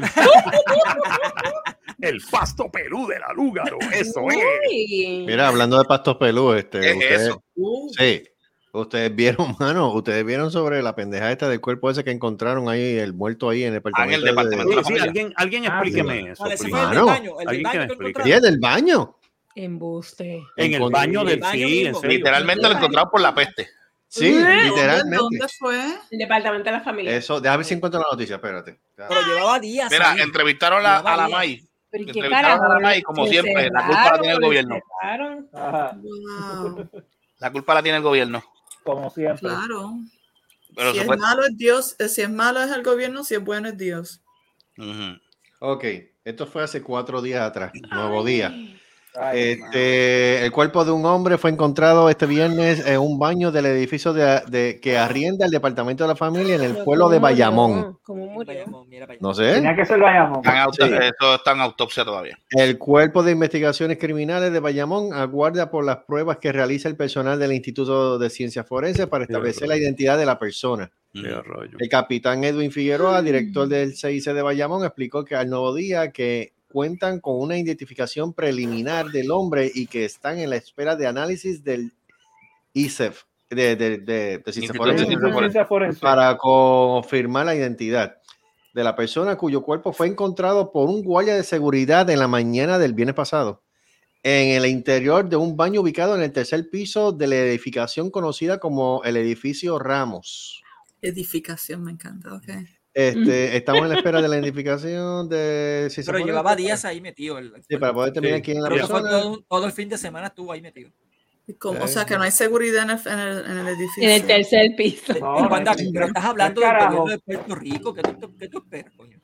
El pasto pelú de la Lúgaro. Eso es. Uy. Mira, hablando de pastos peludos, este, ¿Qué es ustedes, eso? sí, ustedes vieron, mano, ustedes vieron sobre la pendeja esta del cuerpo ese que encontraron ahí, el muerto ahí en el Ah, en el departamento. de- departamento. Sí, la sí, familia. alguien, alguien Ah, explíqueme sí. eso. ¿Cuál? Ese please. fue el del Mano, baño, el del alguien baño que que me explique. encontraron. Sí, es del baño. Embuste. En el Encont- baño en del el baño sí, en mismo. serio. Literalmente lo encontraron por la peste. Sí, ¿Dónde, literalmente. ¿Dónde fue? El departamento de la familia. Eso, déjame ver si encuentro la noticia, espérate. Pero llevaba días. Mira, ahí. entrevistaron la- Llevaba a la días. May. Pero ¿y qué Entrevistaron carajo? a la May, como ¿Lo siempre, la culpa la encerraron? tiene el ¿Lo gobierno. encerraron? Ajá, Wow, La culpa la tiene el gobierno. como siempre. claro. Pero Si se es fue. malo es Dios, eh, si es malo es el gobierno, si es bueno es Dios. Ujú. Ok, esto fue hace cuatro días atrás, nuevo día. Ay, Este, el cuerpo de un hombre fue encontrado este viernes en un baño del edificio de, de- que arrienda el departamento de la familia en el Pero pueblo de ¿cómo murió? Bayamón. ¿Cómo murió? Bayamón, mira Bayamón. No sé. tenía que ser Bayamón. Están auto- Sí. Esto está en autopsia todavía. El Cuerpo de Investigaciones Criminales de Bayamón aguarda por las pruebas que realiza el personal del Instituto de Ciencias Forenses para establecer la identidad de la persona. Qué rollo. El capitán Edwin Figueroa, director del C I C de Bayamón, explicó que al nuevo día que cuentan con una identificación preliminar del hombre y que están en la espera de análisis del I C E F, de, de, de, de Ciencias Instituto de Forenses, Ciencias Ciencia forense. para confirmar la identidad. de la persona cuyo cuerpo fue encontrado por un guardia de seguridad en la mañana del viernes pasado en el interior de un baño ubicado en el tercer piso de la edificación conocida como el edificio Ramos. Edificación, me encanta, ok. Este, estamos en la espera de la identificación de... Si Pero llevaba días ahí metido. El, sí, para poder terminar sí. quién es la Pero persona. todo, todo el fin de semana estuvo ahí metido. ¿Cómo? O sea, que no hay seguridad en el, en el, en el edificio. En el tercer piso. No, Wanda, pero estás hablando del gobierno de Puerto Rico. ¿Qué tú, qué tú esperas, coño?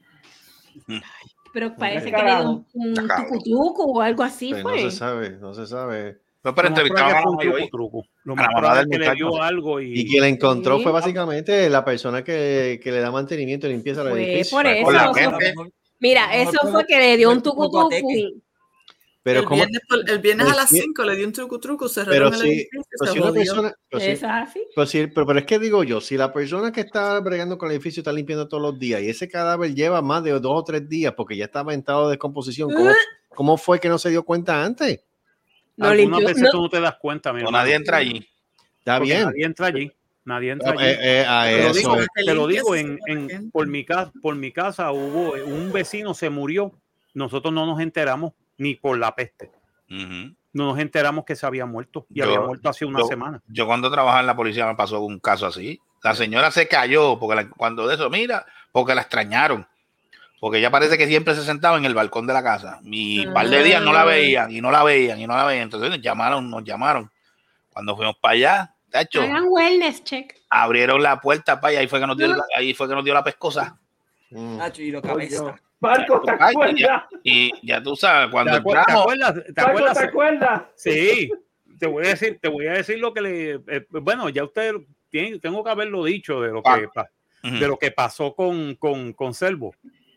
Pero parece que le dio un, un tucutuco o algo así, Pues fue. no se sabe, no se sabe. No, pero entrevistaban a un hoy. truco, truco. Lo A más la mamá probable del es que le muchacho. dio algo y... Y quien la encontró Sí. fue básicamente la persona que, que le da mantenimiento y limpieza al Fue edificio. por eso. Con la eso gente. fue- Mira, eso fue que le dio un tucutuco. y- Pero el, como, viernes, por- el viernes a el las vie- cinco le dio un truco truco, pero cerraron el si, edificio, pero se si una jodió. persona, pero si- ¿Eso es así? pero, si- pero- pero es que digo yo, si la persona que está bregando con el edificio está limpiando todos los días y ese cadáver lleva más de dos o tres días porque ya estaba en estado de descomposición, ¿cómo, cómo fue que no se dio cuenta antes? No Algunas limpió, veces no. tú no te das cuenta, mi O hermano. nadie entra allí. Está Porque bien. Nadie entra allí. Nadie entra allí. Eh, eh, a Te lo eso. digo, que te lo limpias digo y en, se en- gente. por mi casa, por mi casa hubo un vecino se murió. Nosotros no nos enteramos ni por la peste. Ujú. No nos enteramos que se había muerto y Yo- había muerto hace una yo- semana. Yo cuando trabajaba en la policía me pasó un caso así. La señora se cayó porque la- cuando de eso, mira, porque la extrañaron. Porque ella parece que siempre se sentaba en el balcón de la casa. Y un par de días no la veían, y no la veían, y no la veían. Entonces nos llamaron, nos llamaron. Cuando fuimos para allá, tacho, Hagan wellness check. abrieron la puerta para allá, ahí fue que nos dio, la- ahí fue que nos dio la pescosa. Mm. Nacho, y lo cabeza. Marco, ¿te Ay, acuerdas? y, ya, y ya tú sabes, cuando ¿Te acuer- te entramos, acuerdas? ¿Te Marco, acuerdas? ¿te acuerdas? Sí, te voy a decir, te voy a decir lo que le, eh, bueno, ya ustedes tienen, tengo que haberlo dicho de lo que, Ah. pa- Ujú. de lo que pasó con, con, con Selvo,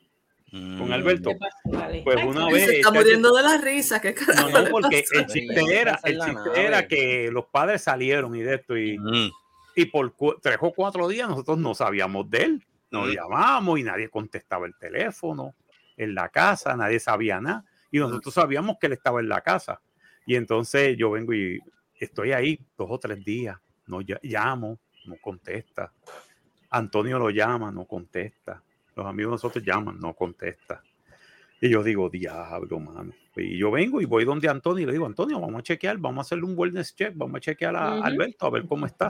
Mm. con Alberto. ¿Qué pasó? Vale. Pues Ay, una Y vez. se está chacho, muriendo de la risa, qué No, carajo. no, le porque pasó? el chiste era, el en la chiste nave. era que los padres salieron y de esto, y, Mm. y por cu- tres o cuatro días nosotros no sabíamos de él. Nos Mm. llamábamos y nadie contestaba el teléfono en la casa, nadie sabía nada. Y nosotros sabíamos que él estaba en la casa. Y entonces yo vengo y estoy ahí dos o tres días, no ll- llamo, no contesta. Antonio lo llama, no contesta. Los amigos de nosotros llaman, no contesta. Y yo digo, diablo, mano. Y yo vengo y voy donde Antonio y le digo, Antonio, vamos a chequear, vamos a hacerle un wellness check, vamos a chequear a Ujú. Alberto a ver cómo está.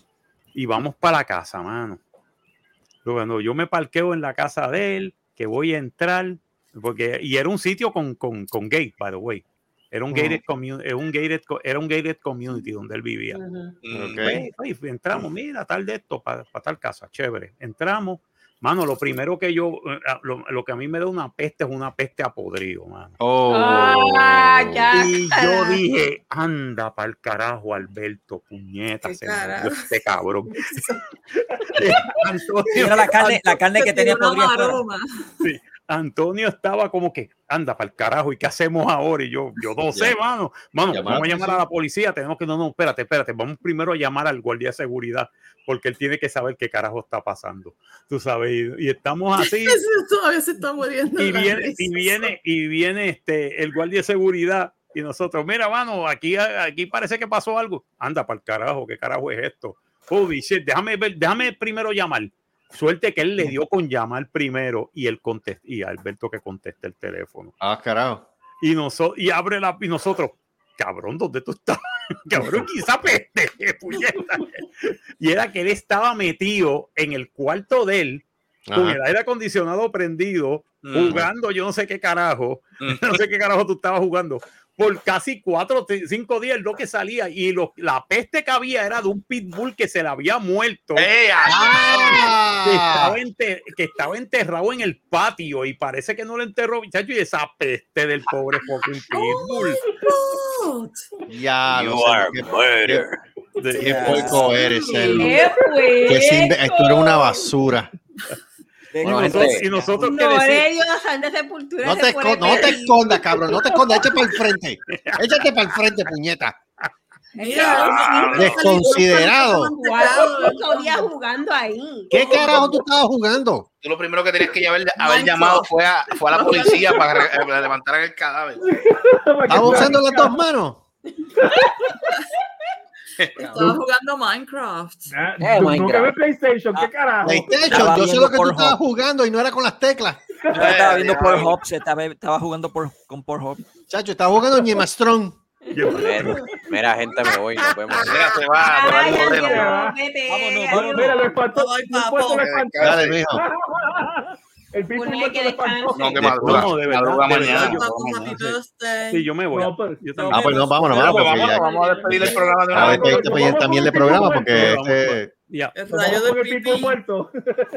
Y vamos para la casa, mano. Luego, cuando yo me parqueo en la casa de él, que voy a entrar, porque, y era un sitio con, con, con gate, by the way. Era un, Mm. gated commu- era, un gated, co- era un gated community donde él vivía. Ujú. Mm. Ok. Pues, pues, entramos, mira, tal de esto, para tal casa, chévere. Entramos, mano, lo primero que yo, eh, lo, lo que a mí me da una peste es una peste a podrido, mano. Oh. Ah, ya. Y yo dije, anda pa'l carajo, Alberto, puñeta, ¿Qué se murió carajo? este cabrón. Antonio, Mira la carne, la carne que tenía Una podrida afuera. maroma. sí, Antonio estaba como que, anda pa'l carajo, ¿y qué hacemos ahora? Y yo, yo no sé, Ya. mano. Mano, Llamar a vamos a la llamar a la policía, tenemos que, no, no, espérate, espérate, vamos primero a llamar al guardia de seguridad, porque él tiene que saber qué carajo está pasando. Tú sabes, y, y estamos así. Ese todavía se está muriendo. y de la viene, risa. y viene, y viene este el guardia de seguridad y nosotros, mira, mano, aquí, aquí parece que pasó algo. Anda para el carajo, ¿qué carajo es esto? Holy shit, déjame ver, déjame primero llamar. Suerte que él le dio con llamar primero y él contesta, y Alberto que contesta el teléfono. Ah, carajo. Y nosotros, y abre la, y nosotros, cabrón, ¿dónde tú estás? Cabrón, quizá peste, puñeta. Y era que él estaba metido en el cuarto de él, con Ajá. el aire acondicionado prendido, Mm. jugando yo no sé qué carajo, Mm. no sé qué carajo tú estabas jugando, por casi cuatro, cinco días lo que salía, y lo, la peste que había era de un pitbull que se le había muerto, ¡Eh, ah! que, estaba enter- que estaba enterrado en el patio, y parece que no lo enterró, muchacho, y esa peste del pobre fucking pitbull. Oh, Ya, You no sé, are qué, murder. De- qué puerco eres, Selvo. ¿Qué fue? Que sin- Esto era una basura. y, Bueno, nosotros, gente. y nosotros que No decir- le dio la santa sepultura. No se te, pone esco- no te pedir. escondas, cabrón. No te escondas. Échate para el frente. Échate para el frente, puñeta. mira, Desconsiderado. Cuatro cinco días jugando ahí. ¿Qué carajo tú estabas jugando? Tú lo primero que tenías que haber, haber Michael. llamado fue a, fue a la policía para, re- para levantar el cadáver. ¿Estabas usando las dos manos? Estaba jugando Minecraft. Ah, Eh, tú- Minecraft. Nunca ves PlayStation, ¿qué carajo? PlayStation, yo sé lo que tú estabas jugando y no era con las teclas. Yo estaba viendo Pornhub, se estaba, estaba jugando por, con Pornhub. Chacho, estaba jugando Ñemastron. Mira, mira, gente, me voy, nos vemos. Mira, se va, se va el modelo. Vámonos, vámonos. Mira, lo espantó. Ay, Un puesto papo. lo espantó. Dale, mijo. El pinche Una muerto que lo espantó. No, que madruga. No, de verdad, Madruga de verdad, mañana. yo- Papo, happy birthday. Sí, yo me voy. No, pero- Yo también. Ah, pues no, vámonos, Bueno, vámonos. pues porque vamos, ya- vamos a despedir el programa de A una ver, vez. este pues, también de programa porque este, Ya, El Nos rayo vamos con de el pico pipí. muerto.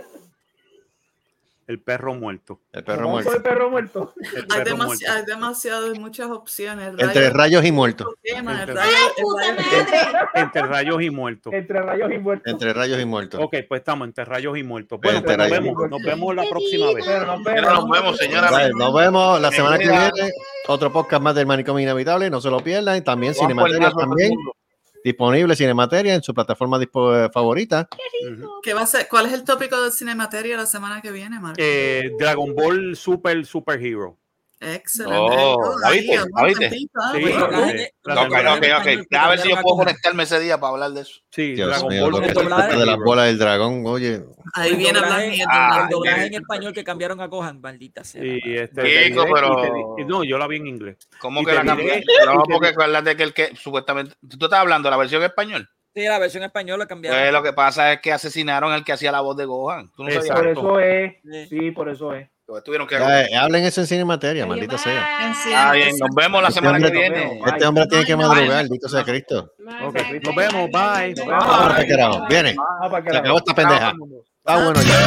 el perro muerto. el perro Vamos muerto. con el perro muerto. El Hay, perro demasi- muerto. hay demasiadas, muchas opciones. El Entre rayo- rayos y muertos. Quema, el Entre- rayo- el ¡Puta rayo- madre! Entre rayos y muertos. Entre rayos y muertos. Entre rayos y muertos. Ok, pues estamos entre rayos y muertos. Bueno, Entre pues nos rayos y vemos, nos vemos la próxima vez. Pero nos Mira, vemos. nos vemos, señora. Vale, nos vemos la semana que Mira. viene. Otro podcast más del Manicomio Inevitable. No se lo pierdan. También Vamos por el Cinemateria brazo a todo el también. mundo. Disponible Cinemateria en su plataforma dispo- favorita. Ujú. ¿Qué va a ser? ¿Cuál es el tópico de Cinemateria la semana que viene, Marco? Eh, Dragon Ball Super Superhero. Excelente. Oh, ¿la Ahí, viste? vamos ¿La viste? tempita. Sí, Bueno, eh, doblaje- la Ok, temporada- ok, ok. A ver si yo puedo conectarme ese día para hablar de eso. Sí, Dios Dragon mío, Ball lo que se Super doblaje. trata de las Superhero. bolas del dragón. Oye, Ahí El viene doblaje- hablando. Ah, el doblaje sí. en español que cambiaron a Gohan, maldita sea. Y este, Chico, te diré- pero- y te di- no, yo la vi en inglés. ¿Cómo Y que te la diré- cambié? y No, te porque diré- hablas de que el que supuestamente. ¿Tú estás hablando de la versión en español? Sí, la versión española cambiaron. Pues lo que pasa es que asesinaron al que hacía la voz de Gohan. ¿Tú no sabías? Por Exacto. eso es. Sí. Sí, por eso es. Pues tuvieron que. ya, eh, hablen eso en Cinemateria, maldita sea. En Ah, bien, nos vemos la Este semana que hombre- viene. Este hombre tiene que Bye, bye. madrugar, bendito sea Cristo. Ok, nos vemos, bye. Nos Vámonos, vemos. para que carajo. Viene. Ah, para que Se la- acabó esta pendeja. Ah, bueno, ya.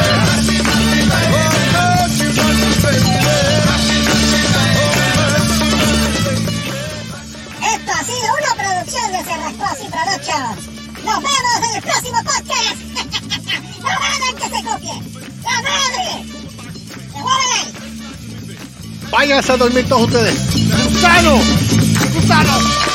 Esto ha sido una producción de Cerrascosi Productions. Nos vemos en el próximo podcast. ¡La madre que se copie! ¡La madre! ¡Se mueven ahí! Váyanse a dormir todos ustedes. ¡Gusano! ¡Gusano!